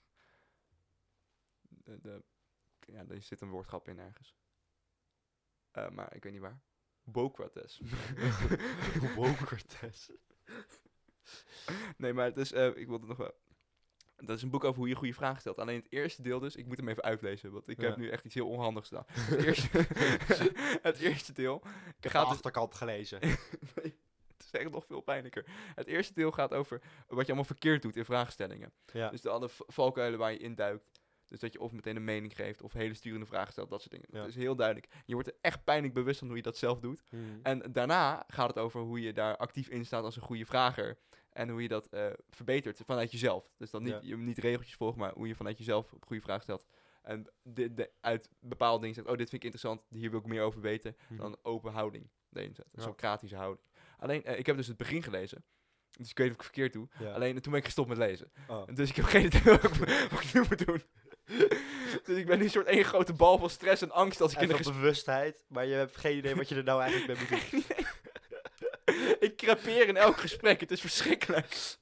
De, de, ja, er zit een woordgrap in ergens. Eh, maar ik weet niet waar. Bocrates. Wokrates. Nee, maar het is, eh, ik wilde nog wel. Dat is een boek over hoe je goede vragen stelt. Alleen het eerste deel dus, ik moet hem even uitlezen, want ik Ja. heb nu echt iets heel onhandigs gedaan. Het eerste, het eerste deel Ik heb gaat de dus- achterkant gelezen. Nee, het is echt nog veel pijnlijker. Het eerste deel gaat over wat je allemaal verkeerd doet in vraagstellingen. Ja. Dus de alle v- valkuilen waar je induikt. Dus dat je of meteen een mening geeft, of hele sturende vragen stelt, dat soort dingen. Ja. Dat is heel duidelijk. Je wordt er echt pijnlijk bewust van hoe je dat zelf doet. Mhm. En daarna gaat het over hoe je daar actief in staat als een goede vrager. En hoe je dat eh, verbetert vanuit jezelf. Dus dan niet, Ja. je niet regeltjes volgt, maar hoe je vanuit jezelf een goede vraag stelt. En de, de, uit bepaalde dingen zegt, oh, dit vind ik interessant, hier wil ik meer over weten. Mhm. Dan een open houding erin zet. Een Ja. Socratische houding. Alleen, eh, ik heb dus het begin gelezen. Dus ik weet of ik verkeerd doe. Ja. Alleen, toen ben ik gestopt met lezen. Oh. Dus ik heb geen idee wat ik, wat ik nu moet doen. Dus ik ben nu een soort één grote bal van stress en angst als ik in En een van gesprek... bewustheid, maar je hebt geen idee wat je er nou eigenlijk mee moet doen. Ik crepeer in elk gesprek, het is verschrikkelijk.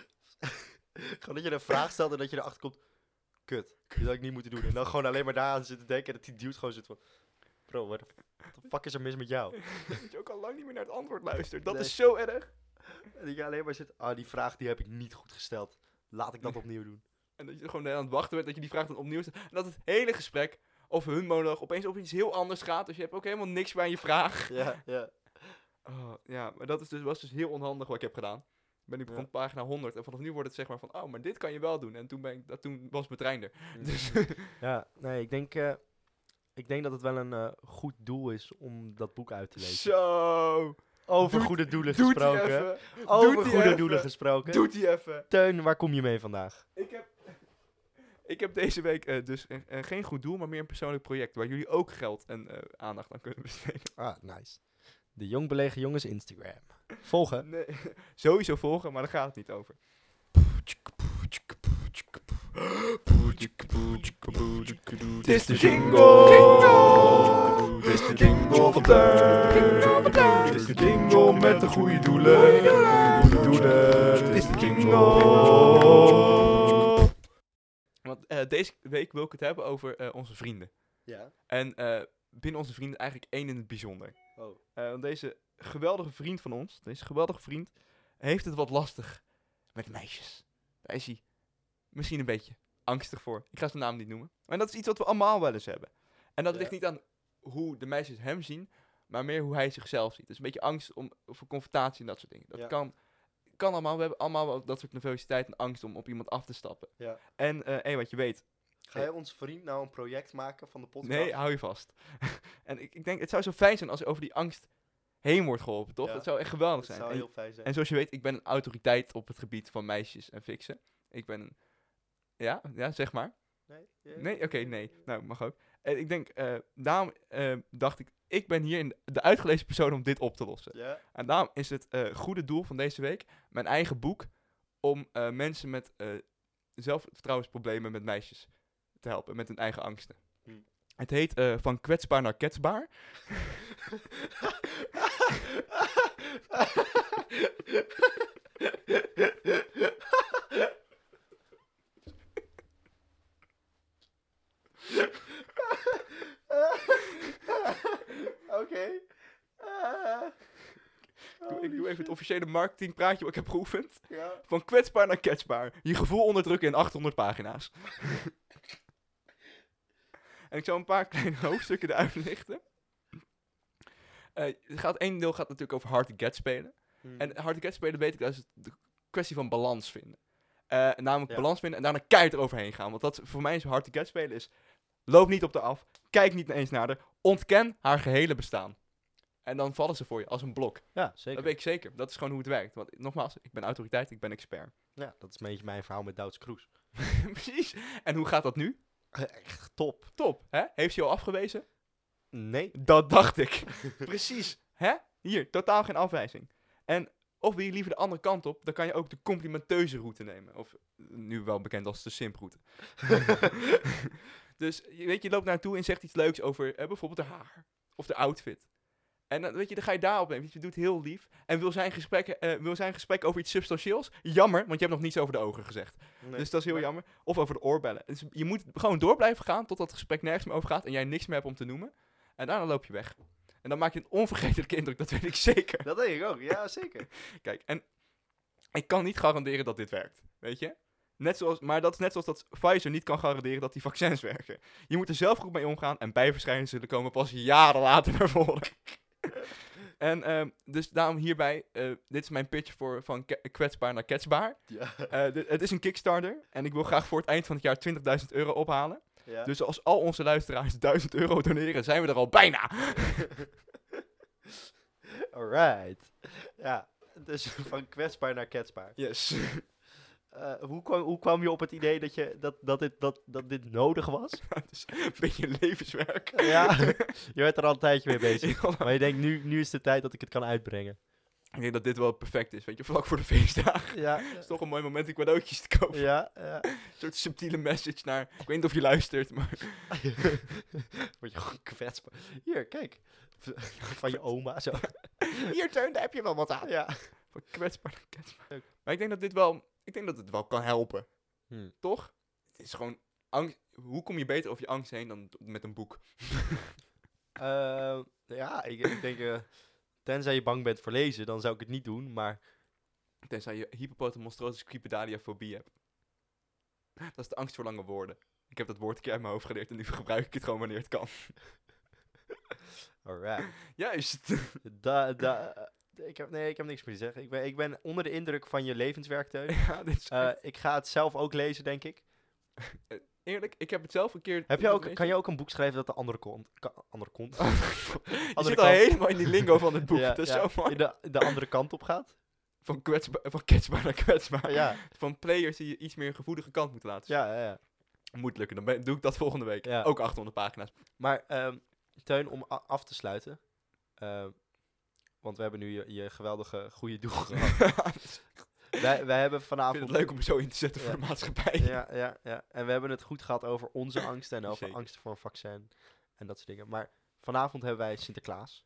Gewoon dat je een vraag stelt en dat je erachter komt, kut, dit had ik niet moeten doen. En dan gewoon alleen maar daar aan zitten denken en dat die dude gewoon zit van, bro, what the fuck is er mis met jou? Dat je ook al lang niet meer naar het antwoord luistert. Dat Nee. is zo erg. En dat je alleen maar zit, ah, die vraag die heb ik niet goed gesteld. Laat ik dat opnieuw doen. En dat je gewoon aan het wachten bent, dat je die vraag dan opnieuw stelt. En dat het hele gesprek, of hun monoloog, opeens op iets heel anders gaat. Dus je hebt ook helemaal niks bij aan je vraag. Ja, ja. Oh, ja, maar dat is dus, was dus heel onhandig wat ik heb gedaan. Ik ben nu begonnen op pagina honderd en vanaf nu wordt het zeg maar van, oh, maar dit kan je wel doen. En toen, ben ik, dat, toen was mijn trein er. Dus Ja, nee, ik denk, eh, ik denk dat het wel een eh, goed doel is om dat boek uit te lezen. zo, Over Doet- goede doelen doet die gesproken. even. Over Doet die goede even. doelen gesproken. Doet die even. Teun, waar kom je mee vandaag? Ik heb, ik heb deze week eh, dus eh, eh, geen goed doel, maar meer een persoonlijk project waar jullie ook geld en eh, aandacht aan kunnen besteden. Ah, nice. De Jong Belegen Jongens Instagram. Volgen. Nee, sowieso volgen, maar daar gaat het niet over. Dit is de jingle. Dit is de jingle van Teun. Dit is de jingle met de goede doelen. Goede doelen. Dit is de jingle. Want eh, deze week wil ik het hebben over eh, onze vrienden. Ja. En eh, binnen onze vrienden eigenlijk één in het bijzonder. Oh. Eh, want deze geweldige vriend van ons, deze geweldige vriend, heeft het wat lastig met meisjes. Daar is hij misschien een beetje angstig voor. Ik ga zijn naam niet noemen. Maar dat is iets wat we allemaal wel eens hebben. En dat Ja. ligt niet aan hoe de meisjes hem zien, maar meer hoe hij zichzelf ziet. Dus een beetje angst om, voor confrontatie en dat soort dingen. Dat Ja. kan, kan allemaal. We hebben allemaal wel dat soort nervositeit en angst om op iemand af te stappen. Ja. En eh één wat je weet, Ga jij onze vriend nou een project maken van de podcast? nee, hou je vast. En ik, ik denk, het zou zo fijn zijn als er over die angst heen wordt geholpen, toch? Ja. Dat zou echt geweldig Dat zijn. zou En- heel fijn zijn. En zoals je weet, ik ben een autoriteit op het gebied van meisjes en fixen. Ik ben een... Ja, ja, zeg maar. Nee? Ja? Nee, oké, nee. Nou, mag ook. En ik denk, eh, daarom eh, dacht ik, ik ben hier in de uitgelezen persoon om dit op te lossen. Ja? En daarom is het eh, goede doel van deze week mijn eigen boek om eh, mensen met eh, zelfvertrouwensproblemen met meisjes te helpen, met hun eigen angsten. Hm. Het heet eh, Van kwetsbaar naar kwetsbaar. Oké. Ah. Ik doe- ik doe even het officiële marketingpraatje wat ik heb geoefend. Ja. Van kwetsbaar naar kwetsbaar. Je gevoel onderdrukken in achthonderd pagina's. En ik zal een paar kleine hoofdstukken eruit lichten. Eh, het gaat, één deel gaat natuurlijk over hard to get spelen. Hm. En hard to get spelen weet ik, dat is de kwestie van balans vinden. Eh, namelijk Ja. balans vinden en daarna keihard eroverheen gaan. Want dat voor mij is hard to get spelen is, loop niet op de af, kijk niet eens naar haar, ontken haar gehele bestaan. En dan vallen ze voor je als een blok. Ja, zeker. Dat weet ik zeker. Dat is gewoon hoe het werkt. Want nogmaals, ik ben autoriteit, ik ben expert. Ja, dat is een beetje mijn verhaal met Douds Kroes. Precies. En hoe gaat dat nu? Echt top. Top, hè? Heeft ze je al afgewezen? Nee. Dat dacht ik. Precies. Hè? Hier, totaal geen afwijzing. En of wil je liever de andere kant op, dan kan je ook de complimenteuze route nemen. Of eh, nu wel bekend als de simproute. Dus je weet, je loopt naartoe en zegt iets leuks over eh, bijvoorbeeld de haar. Of de outfit. En dan, weet je, dan ga je daarop nemen. Je doet heel lief. En wil zijn, gesprek, eh, wil zijn gesprek over iets substantieels? Jammer, want je hebt nog niets over de ogen gezegd. Nee. Dus dat is heel Maar- jammer. Of over de oorbellen. Dus je moet gewoon door blijven gaan tot dat gesprek nergens meer over gaat en jij niks meer hebt om te noemen. En daarna loop je weg. En dan maak je een onvergetelijke indruk, dat weet ik zeker. Dat denk ik ook, ja, zeker. Kijk, en ik kan niet garanderen dat dit werkt, weet je? Net zoals, maar dat is net zoals dat Pfizer niet kan garanderen dat die vaccins werken. Je moet er zelf goed mee omgaan en bijverschijnselen zullen komen pas jaren later naar voren. En ehm, dus daarom hierbij, eh, dit is mijn pitch voor van ke- kwetsbaar naar kwetsbaar. Ja. Eh, dit- het is een Kickstarter en ik wil graag voor het eind van het jaar twintigduizend euro ophalen. Ja. Dus als al onze luisteraars duizend euro doneren, zijn we er al bijna. Alright. Ja, dus van kwetsbaar naar kwetsbaar. Yes. Eh, hoe, kwam, hoe kwam je op het idee dat, je, dat, dat, dit, dat, dat dit nodig was? Het is een beetje levenswerk. Ja, je bent er al een tijdje mee bezig. Ja, Maar je denkt, nu, nu is de tijd dat ik het kan uitbrengen. ik denk dat dit wel perfect is, weet je, vlak voor de feestdagen. Ja, Het is toch een mooi moment om cadeautjes te kopen. ja, ja. Een soort subtiele message naar, ik weet niet of je luistert, maar Word je gewoon kwetsbaar. Hier, kijk. Van je oma, zo. hier Teun, daar heb je wel wat aan. Ja. Van kwetsbaar naar kwetsbaar. Maar ik denk dat dit wel, ik denk dat het wel kan helpen, Hm. toch? Het is gewoon, angst, hoe kom je beter over je angst heen dan met een boek? Eh, ja, ik, ik denk, eh, tenzij je bang bent voor lezen, dan zou ik het niet doen. Maar Tenzij je hypopotamonstrosis crypidaliafobie hebt. Dat is de angst voor lange woorden. Ik heb dat woord een keer uit mijn hoofd geleerd en nu gebruik ik het gewoon wanneer het kan. alright. Juist. Da, da, Ik heb, nee, ik heb niks meer te zeggen. Ik ben, ik ben onder de indruk van je levenswerk, Teun. Ja, dit is Eh, echt- ik ga het zelf ook lezen, denk ik. Eerlijk, ik heb het zelf een keer... Heb je ook, kan je ook een boek schrijven dat de andere kont... ka- andere kont? Je andere zit al kant- helemaal in die lingo van het boek. Ja, dat is ja, zo mooi. de, de andere kant op gaat? Van, kwetsbaar, van kwetsbaar naar kwetsbaar. Ja, Van players die je iets meer een gevoelige kant moeten laten zien. ja, ja. ja. Moet lukken, dan ben- doe ik dat volgende week. Ja. Ook achthonderd pagina's. Maar, ehm Teun, om a- af te sluiten... ehm, want we hebben nu je, je geweldige goede doel gehad. wij, wij hebben Ik vanavond... vind het leuk om me zo in te zetten Ja. voor de maatschappij. Ja, ja, ja. En we hebben het goed gehad over onze angsten en over Zeker. angsten voor een vaccin en dat soort dingen. Maar vanavond hebben wij Sinterklaas.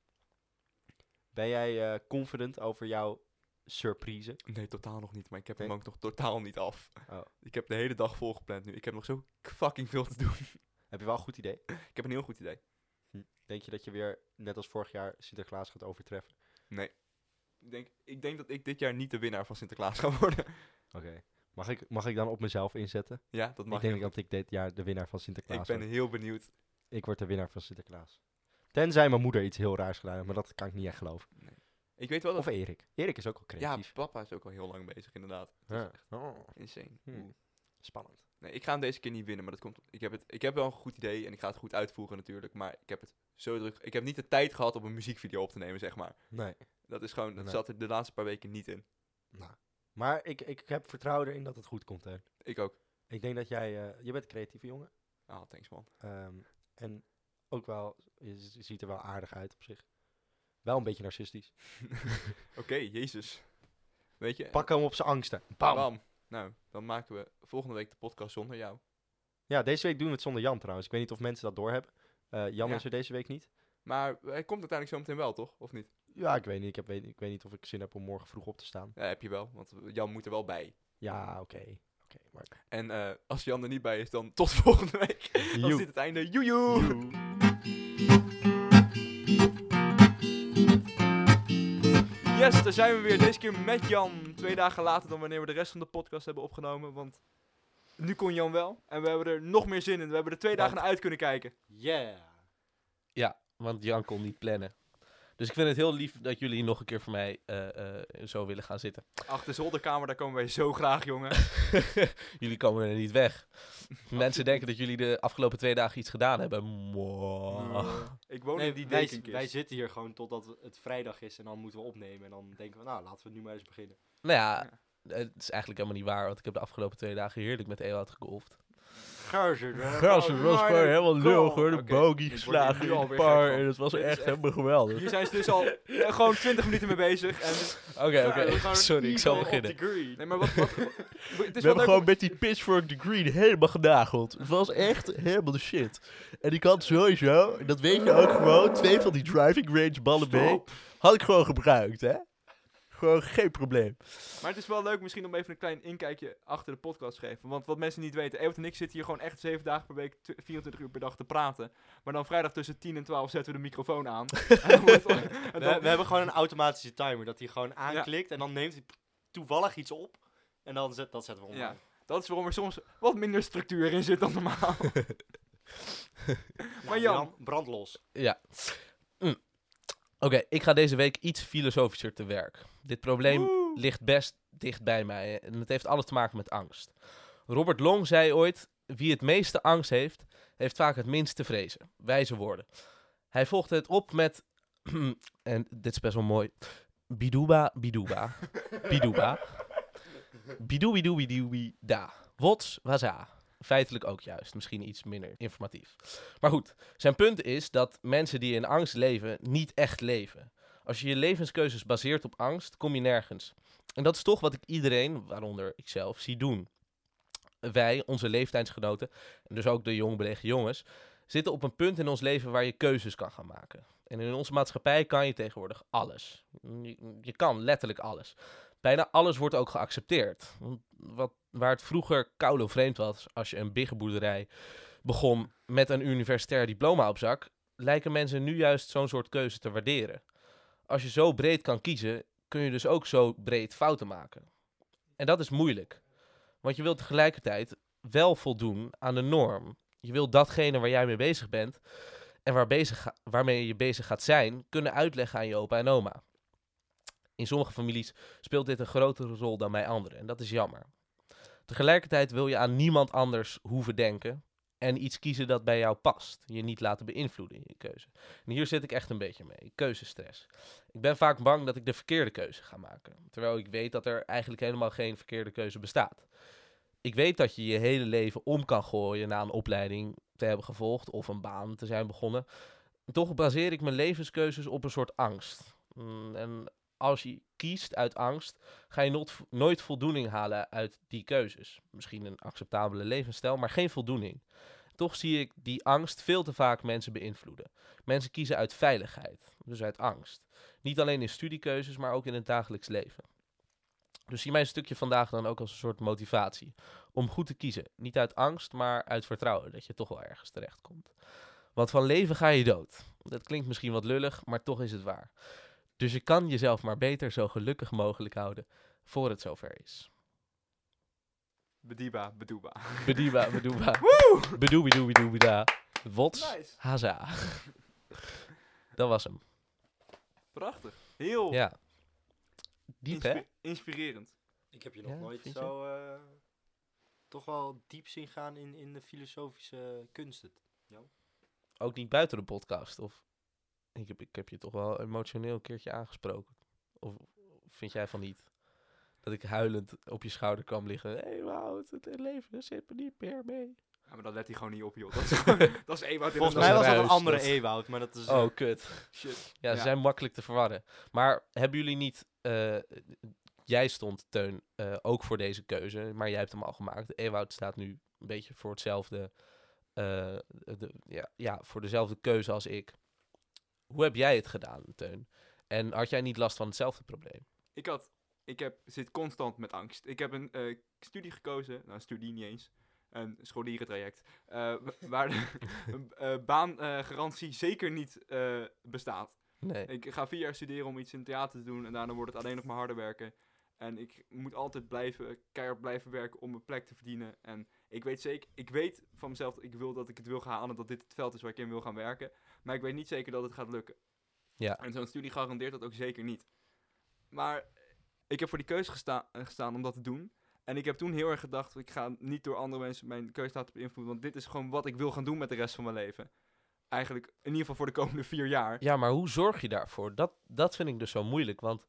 Ben jij eh, confident over jouw surprise? Nee, totaal nog niet. Maar ik heb Nee? hem ook nog totaal niet af. Oh. Ik heb de hele dag volgepland nu. Ik heb nog zo fucking veel te doen. Heb je wel een goed idee? Ik heb een heel goed idee. Denk je dat je weer, net als vorig jaar, Sinterklaas gaat overtreffen? Nee. Ik denk, ik denk dat ik dit jaar niet de winnaar van Sinterklaas ga worden. Oké. Mag ik, mag ik dan op mezelf inzetten? Ja, dat mag ik denk heel dat ik dit jaar de winnaar van goed. Sinterklaas Ik ben word. heel benieuwd. Ik word de winnaar van Sinterklaas. Tenzij mijn moeder iets heel raars gedaan heeft, maar dat kan ik niet echt geloven. Ik weet wel dat... Of Erik. Erik is ook al ja, creatief. papa is ook al heel lang bezig, inderdaad. Dat Ja. is echt Oh, insane. hmm. Spannend. Nee, ik ga hem deze keer niet winnen, maar dat komt... Ik heb, het, ik heb wel een goed idee en ik ga het goed uitvoeren natuurlijk, maar ik heb het zo druk... Ik heb niet de tijd gehad om een muziekvideo op te nemen, zeg maar. Nee. Dat is gewoon... Dat Nee. zat er de laatste paar weken niet in. Nou. Maar ik, ik heb vertrouwen erin dat het goed komt, hè. Ik ook. Ik denk dat jij... eh, je bent een creatieve jongen. Ah, thanks man. Ehm, en ook wel... Je, z- je ziet er wel aardig uit op zich. Wel een beetje narcistisch. Oké, jezus. Weet je... Pak hem op zijn angsten. Bam. Bam. Nou, dan maken we volgende week de podcast zonder jou. Ja, deze week doen we het zonder Jan trouwens. Ik weet niet of mensen dat doorhebben. Eh Jan Ja. is er deze week niet. Maar hij komt uiteindelijk zo meteen wel, toch? Of niet? Ja, ik weet niet. Ik, heb, weet, ik weet niet of ik zin heb om morgen vroeg op te staan. Ja, heb je wel, want Jan moet er wel bij. Ja, oké. Oké, maar... En eh, als Jan er niet bij is, dan tot volgende week. Dan Joe. is dit het einde. Joejoe! Yes, daar zijn we weer. Deze keer met Jan. Twee dagen later dan wanneer we de rest van de podcast hebben opgenomen. Want nu kon Jan wel. En we hebben er nog meer zin in. We hebben er twee dagen naar uit kunnen kijken. Yeah. Ja, want Jan kon niet plannen. Dus ik vind het heel lief dat jullie nog een keer voor mij eh, eh, zo willen gaan zitten. Ach, de zolderkamer, daar komen wij zo graag, jongen. Jullie komen er niet weg. Mensen denken dat jullie de afgelopen twee dagen iets gedaan hebben. Mwah. Ik woon Nee, in die wij, dekenkist. wij zitten hier gewoon totdat het vrijdag is en dan moeten we opnemen. En dan denken we, nou, laten we nu maar eens beginnen. Nou ja, het is eigenlijk helemaal niet waar, want ik heb de afgelopen twee dagen heerlijk met Ewout gegolfd. Gazer, Gras, het was gewoon helemaal lul, gewoon een Oké, bogey ik word geslagen hier nu in alweer de par gek van. en het was Dit is echt echt- helemaal geweldig. Hier zijn ze dus al eh, gewoon twintig minuten mee bezig. En Oké, oké, sorry, ik zal beginnen. nee, maar wat... wat het is We wel hebben leuk gewoon om- met die Pitchfork de Green helemaal genageld. Het was echt helemaal de shit. En ik had sowieso, en dat weet je ook gewoon, twee van die driving range ballen mee. Stop. Had ik gewoon gebruikt, hè. Gewoon geen probleem. Maar het is wel leuk misschien om even een klein inkijkje achter de podcast te geven. Want wat mensen niet weten, Ewout en ik zitten hier gewoon echt zeven dagen per week, tw- vierentwintig uur per dag te praten. Maar dan vrijdag tussen tien en twaalf zetten we de microfoon aan. En dan wordt- en We, dan- we hebben gewoon een automatische timer dat hij gewoon aanklikt en dan neemt hij toevallig iets op. En dan zet, dat zetten we online. Ja, dat is waarom er soms wat minder structuur in zit dan normaal. Nou, Jan- brand los. Ja. Mm. Oké, ik ga deze week iets filosofischer te werk. Dit probleem Woe. ligt best dicht bij mij en het heeft alles te maken met angst. Robert Long zei ooit, wie het meeste angst heeft, heeft vaak het minst te vrezen. Wijze woorden. Hij volgde het op met, en dit is best wel mooi, biduba, biduba, biduba, bidubidubidubi-da. Wots, waza. Feitelijk ook juist, misschien iets minder informatief. Maar goed, zijn punt is dat mensen die in angst leven, niet echt leven. Als je je levenskeuzes baseert op angst, kom je nergens. En dat is toch wat ik iedereen, waaronder ikzelf, zie doen. Wij, onze leeftijdsgenoten, en dus ook de jong belegen jongens, zitten op een punt in ons leven waar je keuzes kan gaan maken. En in onze maatschappij kan je tegenwoordig alles. Je, je kan letterlijk alles. Bijna alles wordt ook geaccepteerd. Wat, waar het vroeger koude vreemd was als je een biggenboerderij begon met een universitair diploma op zak, lijken mensen nu juist zo'n soort keuze te waarderen. Als je zo breed kan kiezen, kun je dus ook zo breed fouten maken. En dat is moeilijk. Want je wilt tegelijkertijd wel voldoen aan de norm. Je wilt datgene waar jij mee bezig bent en waar bezig ga- waarmee je bezig gaat zijn, kunnen uitleggen aan je opa en oma. In sommige families speelt dit een grotere rol dan bij anderen en dat is jammer. Tegelijkertijd wil je aan niemand anders hoeven denken en iets kiezen dat bij jou past. Je niet laten beïnvloeden in je keuze. En hier zit ik echt een beetje mee. Keuzestress. Ik ben vaak bang dat ik de verkeerde keuze ga maken. Terwijl ik weet dat er eigenlijk helemaal geen verkeerde keuze bestaat. Ik weet dat je je hele leven om kan gooien na een opleiding te hebben gevolgd of een baan te zijn begonnen. Toch baseer ik mijn levenskeuzes op een soort angst. Mm, en als je kiest uit angst, ga je nooit, nooit voldoening halen uit die keuzes. Misschien een acceptabele levensstijl, maar geen voldoening. Toch zie ik die angst veel te vaak mensen beïnvloeden. Mensen kiezen uit veiligheid, dus uit angst. Niet alleen in studiekeuzes, maar ook in het dagelijks leven. Dus zie mijn stukje vandaag dan ook als een soort motivatie. Om goed te kiezen. Niet uit angst, maar uit vertrouwen dat je toch wel ergens terechtkomt. Want van leven ga je dood. Dat klinkt misschien wat lullig, maar toch is het waar. Dus je kan jezelf maar beter zo gelukkig mogelijk houden voor het zover is. Bediba, bedoeba. Bediba, bedoeba. Bedoebidoebidooebida. Wots, Nice. haza. Dat was hem. Prachtig. Heel Ja. Diep, hè? inspi- inspirerend. Ik heb je nog Ja, nooit vind je? zo eh, toch wel diep zien gaan in, in de filosofische kunsten. Ook niet buiten de podcast, of... Ik heb, ik heb je toch wel emotioneel een keertje aangesproken. Of vind jij van niet? Dat ik huilend op je schouder kwam liggen. Hé, hey, Wout, het leven zit me niet meer mee. Ja, maar dat let hij gewoon niet op, joh. Dat is, gewoon, dat is Ewout in Volgens een mij is was dat een ruis, andere dat- Ewout, maar dat is... Oh, kut. Shit. Ja, ze Ja. zijn makkelijk te verwarren. Maar hebben jullie niet... eh, jij stond, Teun, eh, ook voor deze keuze, maar jij hebt hem al gemaakt. Ewout staat nu een beetje voor hetzelfde... eh, de, ja, ja, voor dezelfde keuze als ik. Hoe heb jij het gedaan, Teun? En had jij niet last van hetzelfde probleem? Ik had, ik heb, zit constant met angst. Ik heb een eh, studie gekozen, nou een studie niet eens, een scholierentraject, eh, wa- waar de uh, baangarantie zeker niet eh, bestaat. Nee. Ik ga vier jaar studeren om iets in theater te doen en daarna wordt het alleen nog maar harder werken. En ik moet altijd blijven, keihard blijven werken om mijn plek te verdienen. En ik weet zeker, ik weet van mezelf dat ik wil dat ik het wil gaan halen, dat dit het veld is waar ik in wil gaan werken. Maar ik weet niet zeker dat het gaat lukken. Ja. En zo'n studie garandeert dat ook zeker niet. Maar ik heb voor die keuze gesta- eh, gestaan om dat te doen. En ik heb toen heel erg gedacht, ik ga niet door andere mensen mijn keuze laten beïnvloeden. Want dit is gewoon wat ik wil gaan doen met de rest van mijn leven. Eigenlijk, in ieder geval voor de komende vier jaar. Ja, maar hoe zorg je daarvoor? Dat, dat vind ik dus zo moeilijk, want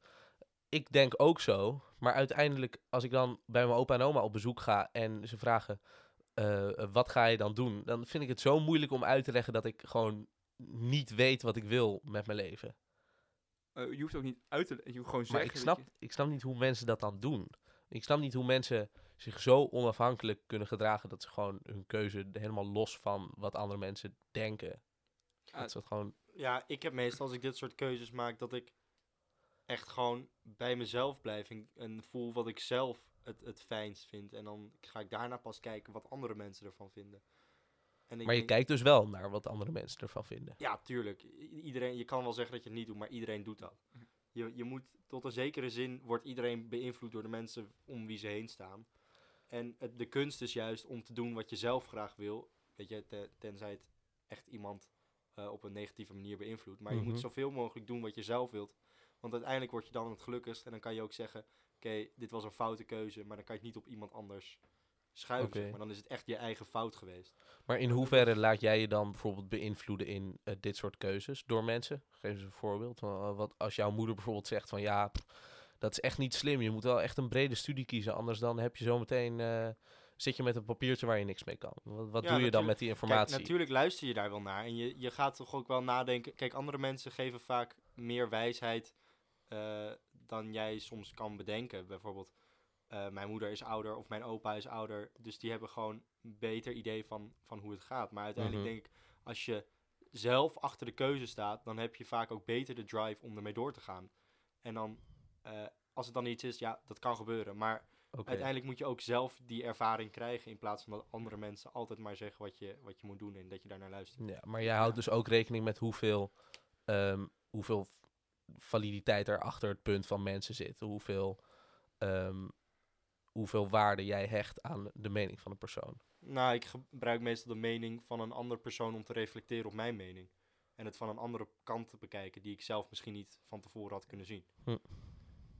ik denk ook zo, maar uiteindelijk als ik dan bij mijn opa en oma op bezoek ga en ze vragen, eh, wat ga je dan doen? Dan vind ik het zo moeilijk om uit te leggen dat ik gewoon niet weet wat ik wil met mijn leven. Uh, je hoeft ook niet uit te... Je hoeft gewoon Maar zeggen... ik dat snap, je- ik snap niet hoe mensen dat dan doen. Ik snap niet hoe mensen zich zo onafhankelijk kunnen gedragen dat ze gewoon hun keuze helemaal los van wat andere mensen denken. Ah, Dat ze het gewoon... Ja, ik heb meestal als ik dit soort keuzes maak, dat ik echt gewoon bij mezelf blijf en, en voel wat ik zelf het, het fijnst vind. En dan ga ik daarna pas kijken wat andere mensen ervan vinden. En ik Maar je denk- kijkt dus wel naar wat andere mensen ervan vinden. Ja, tuurlijk. I- Iedereen, je kan wel zeggen dat je het niet doet, maar iedereen doet dat. Je, je moet, tot een zekere zin wordt iedereen beïnvloed door de mensen om wie ze heen staan. En het, de kunst is juist om te doen wat je zelf graag wil. Weet je, te- tenzij het echt iemand eh, op een negatieve manier beïnvloedt. Maar je Mhm. moet zoveel mogelijk doen wat je zelf wilt. Want uiteindelijk word je dan het gelukkigst. En dan kan je ook zeggen, oké, dit was een foute keuze. Maar dan kan je het niet op iemand anders schuiven. Oké. zeg maar dan is het echt je eigen fout geweest. Maar in hoeverre laat jij je dan bijvoorbeeld beïnvloeden in eh, dit soort keuzes door mensen? Geef eens een voorbeeld. Van, eh, wat als jouw moeder bijvoorbeeld zegt van ja, pff, dat is echt niet slim. Je moet wel echt een brede studie kiezen. Anders dan heb je zometeen, eh, zit je met een papiertje waar je niks mee kan. Wat, wat Ja, doe je dan natuurlijk. met die Kijk, informatie? natuurlijk luister je daar wel naar. En je, je gaat toch ook wel nadenken. Kijk, andere mensen geven vaak meer wijsheid eh, dan jij soms kan bedenken. Bijvoorbeeld, eh, mijn moeder is ouder of mijn opa is ouder. Dus die hebben gewoon een beter idee van, van hoe het gaat. Maar uiteindelijk Mhm. denk ik, als je zelf achter de keuze staat, dan heb je vaak ook beter de drive om ermee door te gaan. En dan, eh, als het dan iets is, ja, dat kan gebeuren. Maar Oké. uiteindelijk moet je ook zelf die ervaring krijgen in plaats van dat andere mensen altijd maar zeggen wat je, wat je moet doen en dat je daarnaar luistert. Ja, maar jij houdt dus ook rekening met hoeveel, ehm, hoeveel validiteit er achter het punt van mensen zit. Hoeveel, ehm, hoeveel waarde jij hecht aan de mening van een persoon. Nou, ik gebruik meestal de mening van een andere persoon om te reflecteren op mijn mening. En het van een andere kant te bekijken die ik zelf misschien niet van tevoren had kunnen zien.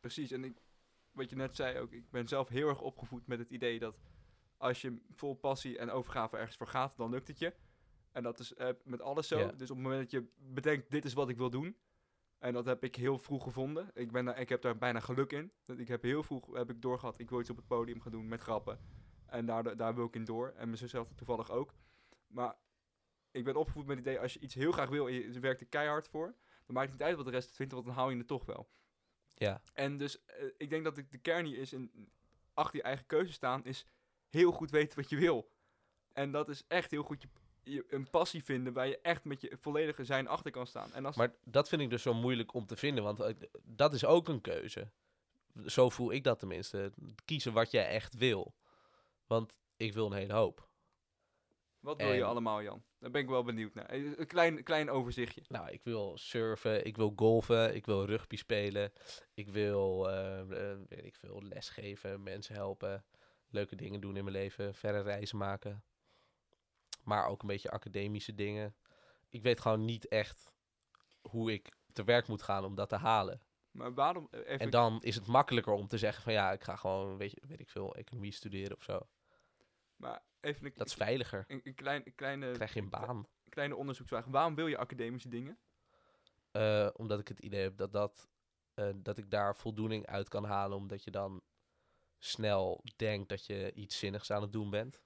Precies, en ik, wat je net zei ook, ik ben zelf heel erg opgevoed met het idee dat als je vol passie en overgave ergens voor gaat, dan lukt het je. En dat is uh, met alles zo. Ja. Dus op het moment dat je bedenkt, dit is wat ik wil doen, en dat heb ik heel vroeg gevonden. Ik, ben daar, ik heb daar bijna geluk in. Dat ik heb heel vroeg heb ik doorgehad, ik wil iets op het podium gaan doen met grappen. En daar, daar wil ik in door. En mijn zus had het toevallig ook. Maar ik ben opgevoed met het idee, als je iets heel graag wil en je werkt er keihard voor, dan maakt het niet uit wat de rest vindt, want dan haal je het toch wel. Ja. En dus uh, ik denk dat de, de kern hier is, in, achter je eigen keuze staan, is heel goed weten wat je wil. En dat is echt heel goed je, je, een passie vinden waar je echt met je volledige zijn achter kan staan. En als Maar dat vind ik dus zo moeilijk om te vinden, want uh, dat is ook een keuze. Zo voel ik dat tenminste. Kiezen wat jij echt wil. Want ik wil een hele hoop. wat wil je en- allemaal, Jan? Daar ben ik wel benieuwd naar. Eh, Een klein, klein overzichtje. Nou, ik wil surfen, ik wil golfen, ik wil rugby spelen, ik wil, eh, eh, weet ik veel, lesgeven, mensen helpen, leuke dingen doen in mijn leven, verre reizen maken. Maar ook een beetje academische dingen. Ik weet gewoon niet echt hoe ik te werk moet gaan om dat te halen. Maar waarom... eh, Even, En dan is het makkelijker om te zeggen van ja, ik ga gewoon, weet, je, weet ik veel, economie studeren of zo. maar even een, Dat is veiliger. een, een, klein, een kleine, Dan krijg je een baan. kleine onderzoeksvraag. Waarom wil je academische dingen? Eh, omdat ik het idee heb dat, dat, eh, dat ik daar voldoening uit kan halen. Omdat je dan snel denkt dat je iets zinnigs aan het doen bent.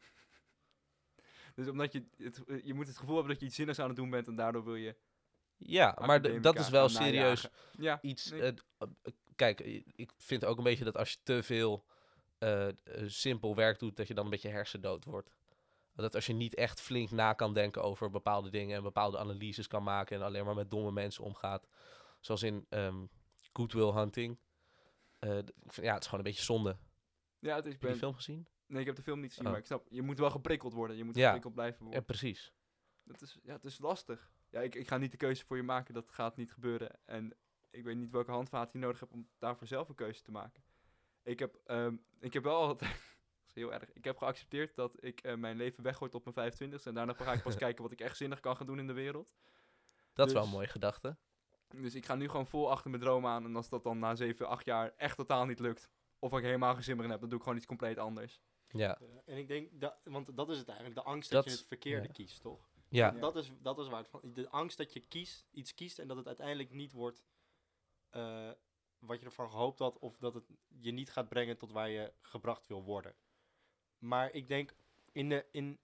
Dus omdat je... Het, je moet het gevoel hebben dat je iets zinnigs aan het doen bent en daardoor wil je... Ja, maar d- dat is wel academica gaan serieus najagen. Ja, iets... nee. eh, eh, kijk, eh, ik vind ook een beetje dat als je te veel eh, eh, simpel werk doet, dat je dan een beetje hersendood wordt. Dat als je niet echt flink na kan denken over bepaalde dingen en bepaalde analyses kan maken en alleen maar met domme mensen omgaat. Zoals in ehm Good Will Hunting. Eh, d- ik vind- ja, het is gewoon een beetje zonde. Ja, het is... Heb je Ben, die film gezien? nee, ik heb de film niet gezien, Oh. maar ik snap... Je moet wel geprikkeld worden. Je moet Ja. geprikkeld blijven worden. Ja, precies. Dat is, ja, het is lastig. Ja, ik, ik ga niet de keuze voor je maken. Dat gaat niet gebeuren. En ik weet niet welke handvaten je nodig hebt om daarvoor zelf een keuze te maken. Ik heb, ehm, ik heb wel altijd... dat is heel erg. Ik heb geaccepteerd dat ik eh, mijn leven weggooit op mijn vijfentwintigste. En daarna ga ik pas kijken wat ik echt zinnig kan gaan doen in de wereld. Dat is wel Dus- een mooie gedachte. Dus ik ga nu gewoon vol achter mijn droom aan. En als dat dan na zeven, acht jaar echt totaal niet lukt... of ik helemaal geen zin meer in heb, dan doe ik gewoon iets compleet anders. Ja. Eh, en ik denk, dat, want dat is het eigenlijk, de angst Dat dat, je is- het verkeerde ja. kiest, toch? Ja. Dat is, dat is waar het van, de angst dat je kiest, iets kiest en dat het uiteindelijk niet wordt eh, wat je ervan gehoopt had, of dat het je niet gaat brengen tot waar je gebracht wil worden. Maar ik denk, in de, in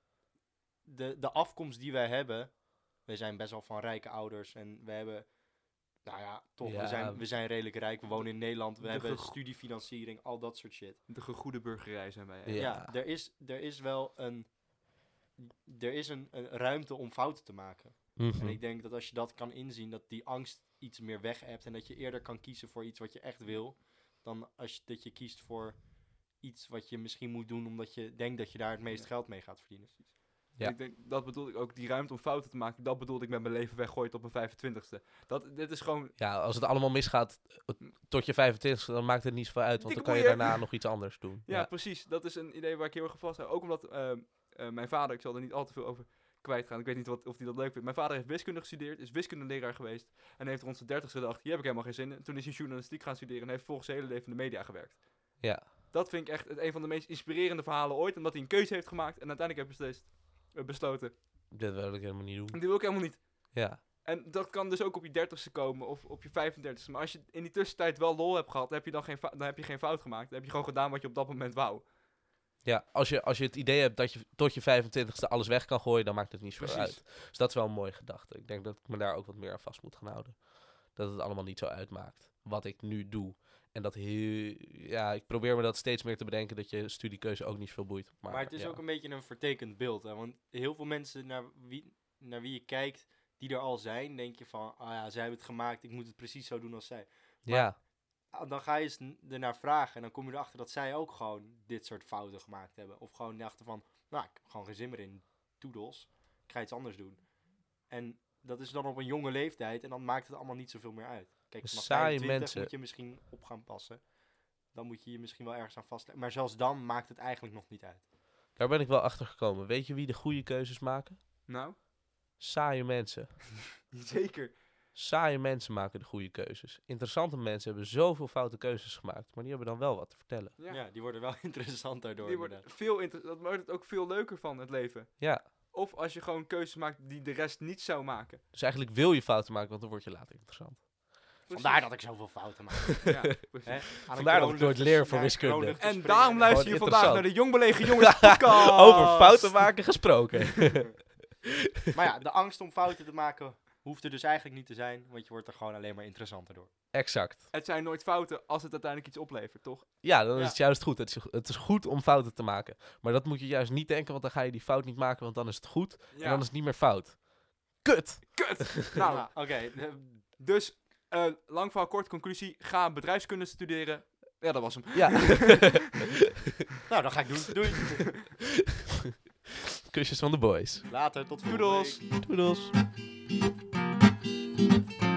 de, de afkomst die wij hebben, we zijn best wel van rijke ouders en we hebben, nou ja, toch, Ja. we, zijn, we zijn redelijk rijk, we wonen in Nederland, we De hebben gego- studiefinanciering, al dat soort shit. De gegoede burgerij zijn wij. hè. Ja. Ja, er, is, er is wel een, er is een, een ruimte om fouten te maken. Mhm. En ik denk dat als je dat kan inzien, dat die angst iets meer weg hebt en dat je eerder kan kiezen voor iets wat je echt wil, dan als je, dat je kiest voor iets wat je misschien moet doen omdat je denkt dat je daar het meest Ja. geld mee gaat verdienen. Ja. En ik denk, dat bedoel ik ook, die ruimte om fouten te maken, dat bedoelde ik met mijn leven weggooien op mijn vijfentwintigste. Dat, dit is gewoon, Ja, als het allemaal misgaat eh, tot je vijfentwintigste, dan maakt het niet zoveel uit. Want dan Dikke kan je boeien. daarna nog iets anders doen. ja, Ja. precies, dat is een idee waar ik heel erg aan vast hou. Ook omdat eh, eh, mijn vader, ik zal er niet al te veel over kwijtgaan, ik weet niet wat, of hij dat leuk vindt. Mijn vader heeft wiskunde gestudeerd, is wiskundeleraar geweest en heeft rond zijn dertigste gedacht, hier heb ik helemaal geen zin in. Toen is hij journalistiek gaan studeren en heeft volgens zijn hele leven in de media gewerkt. Ja. Dat vind ik echt het- een van de meest inspirerende verhalen ooit, omdat hij een keuze heeft gemaakt en uiteindelijk heeft beslist, eh, besloten. Dat wil ik helemaal niet doen. En die wil ik helemaal niet. Ja. En dat kan dus ook op je dertigste komen of op je vijfendertigste. Maar als je in die tussentijd wel lol hebt gehad, dan heb je dan geen, fou- dan heb je geen fout gemaakt. Dan heb je gewoon gedaan wat je op dat moment wou. Ja, als je, als je het idee hebt dat je tot je vijfentwintigste alles weg kan gooien, dan maakt het niet zoveel Precies. uit. Dus dat is wel een mooie gedachte. Ik denk dat ik me daar ook wat meer aan vast moet gaan houden. Dat het allemaal niet zo uitmaakt wat ik nu doe. En dat heel, ja, ik probeer me dat steeds meer te bedenken dat je studiekeuze ook niet zoveel boeit. Maar, Maar, het is ja. ook een beetje een vertekend beeld. Hè? Want heel veel mensen naar wie, naar wie je kijkt, die er al zijn, denk je van, ah ja, zij hebben het gemaakt, ik moet het precies zo doen als zij. Ja, Ah, dan ga je eens n- ernaar vragen en dan kom je erachter dat zij ook gewoon dit soort fouten gemaakt hebben. Of gewoon dachten van, nou, ik heb gewoon geen zin meer in toedels, ik ga iets anders doen. En dat is dan op een jonge leeftijd en dan maakt het allemaal niet zoveel meer uit. Kijk, vanaf Saaie vijfentwintig mensen. moet je misschien op gaan passen. Dan moet je je misschien wel ergens aan vastleggen. Maar zelfs dan maakt het eigenlijk nog niet uit. daar ben ik wel achter gekomen. Weet je wie de goede keuzes maken? Nou, Saaie mensen. zeker. Saaie mensen maken de goede keuzes. Interessante mensen hebben zoveel foute keuzes gemaakt, maar die hebben dan wel wat te vertellen. Ja. Ja. die worden wel interessant daardoor. Die wordt inderdaad. veel inter- dat maakt het ook veel leuker van, het leven. Ja, Of als je gewoon keuzes maakt die de rest niet zou maken. dus eigenlijk wil je fouten maken, want dan word je later interessant. Vandaar dat ik zoveel fouten maak. Ja, Hè? precies. Aan een Vandaar dat ik nooit kroonluchtges- leer voor naar een wiskunde. kroonluchtges En springen. daarom luister je Gewoon vandaag naar interessant. de Jong Belegen Jongens podcast. Over fouten maken gesproken. Maar ja, de angst om fouten te maken hoeft er dus eigenlijk niet te zijn, want je wordt er gewoon alleen maar interessanter door. Exact. Het zijn nooit fouten als het uiteindelijk iets oplevert, toch? Ja, dan is Ja. het juist goed. Het is, het is goed om fouten te maken. Maar dat moet je juist niet denken, want dan ga je die fout niet maken, want dan is het goed. En dan is het niet meer fout. Kut! Kut! Nou, Ja, oké. eh, dus, eh, lang verhaal kort, conclusie. Ga bedrijfskunde studeren. Ja, dat was hem. Ja. nou, dat ga ik doen. Doei. Kusjes van de boys. Later, tot volgende Doedels. week. Doedels.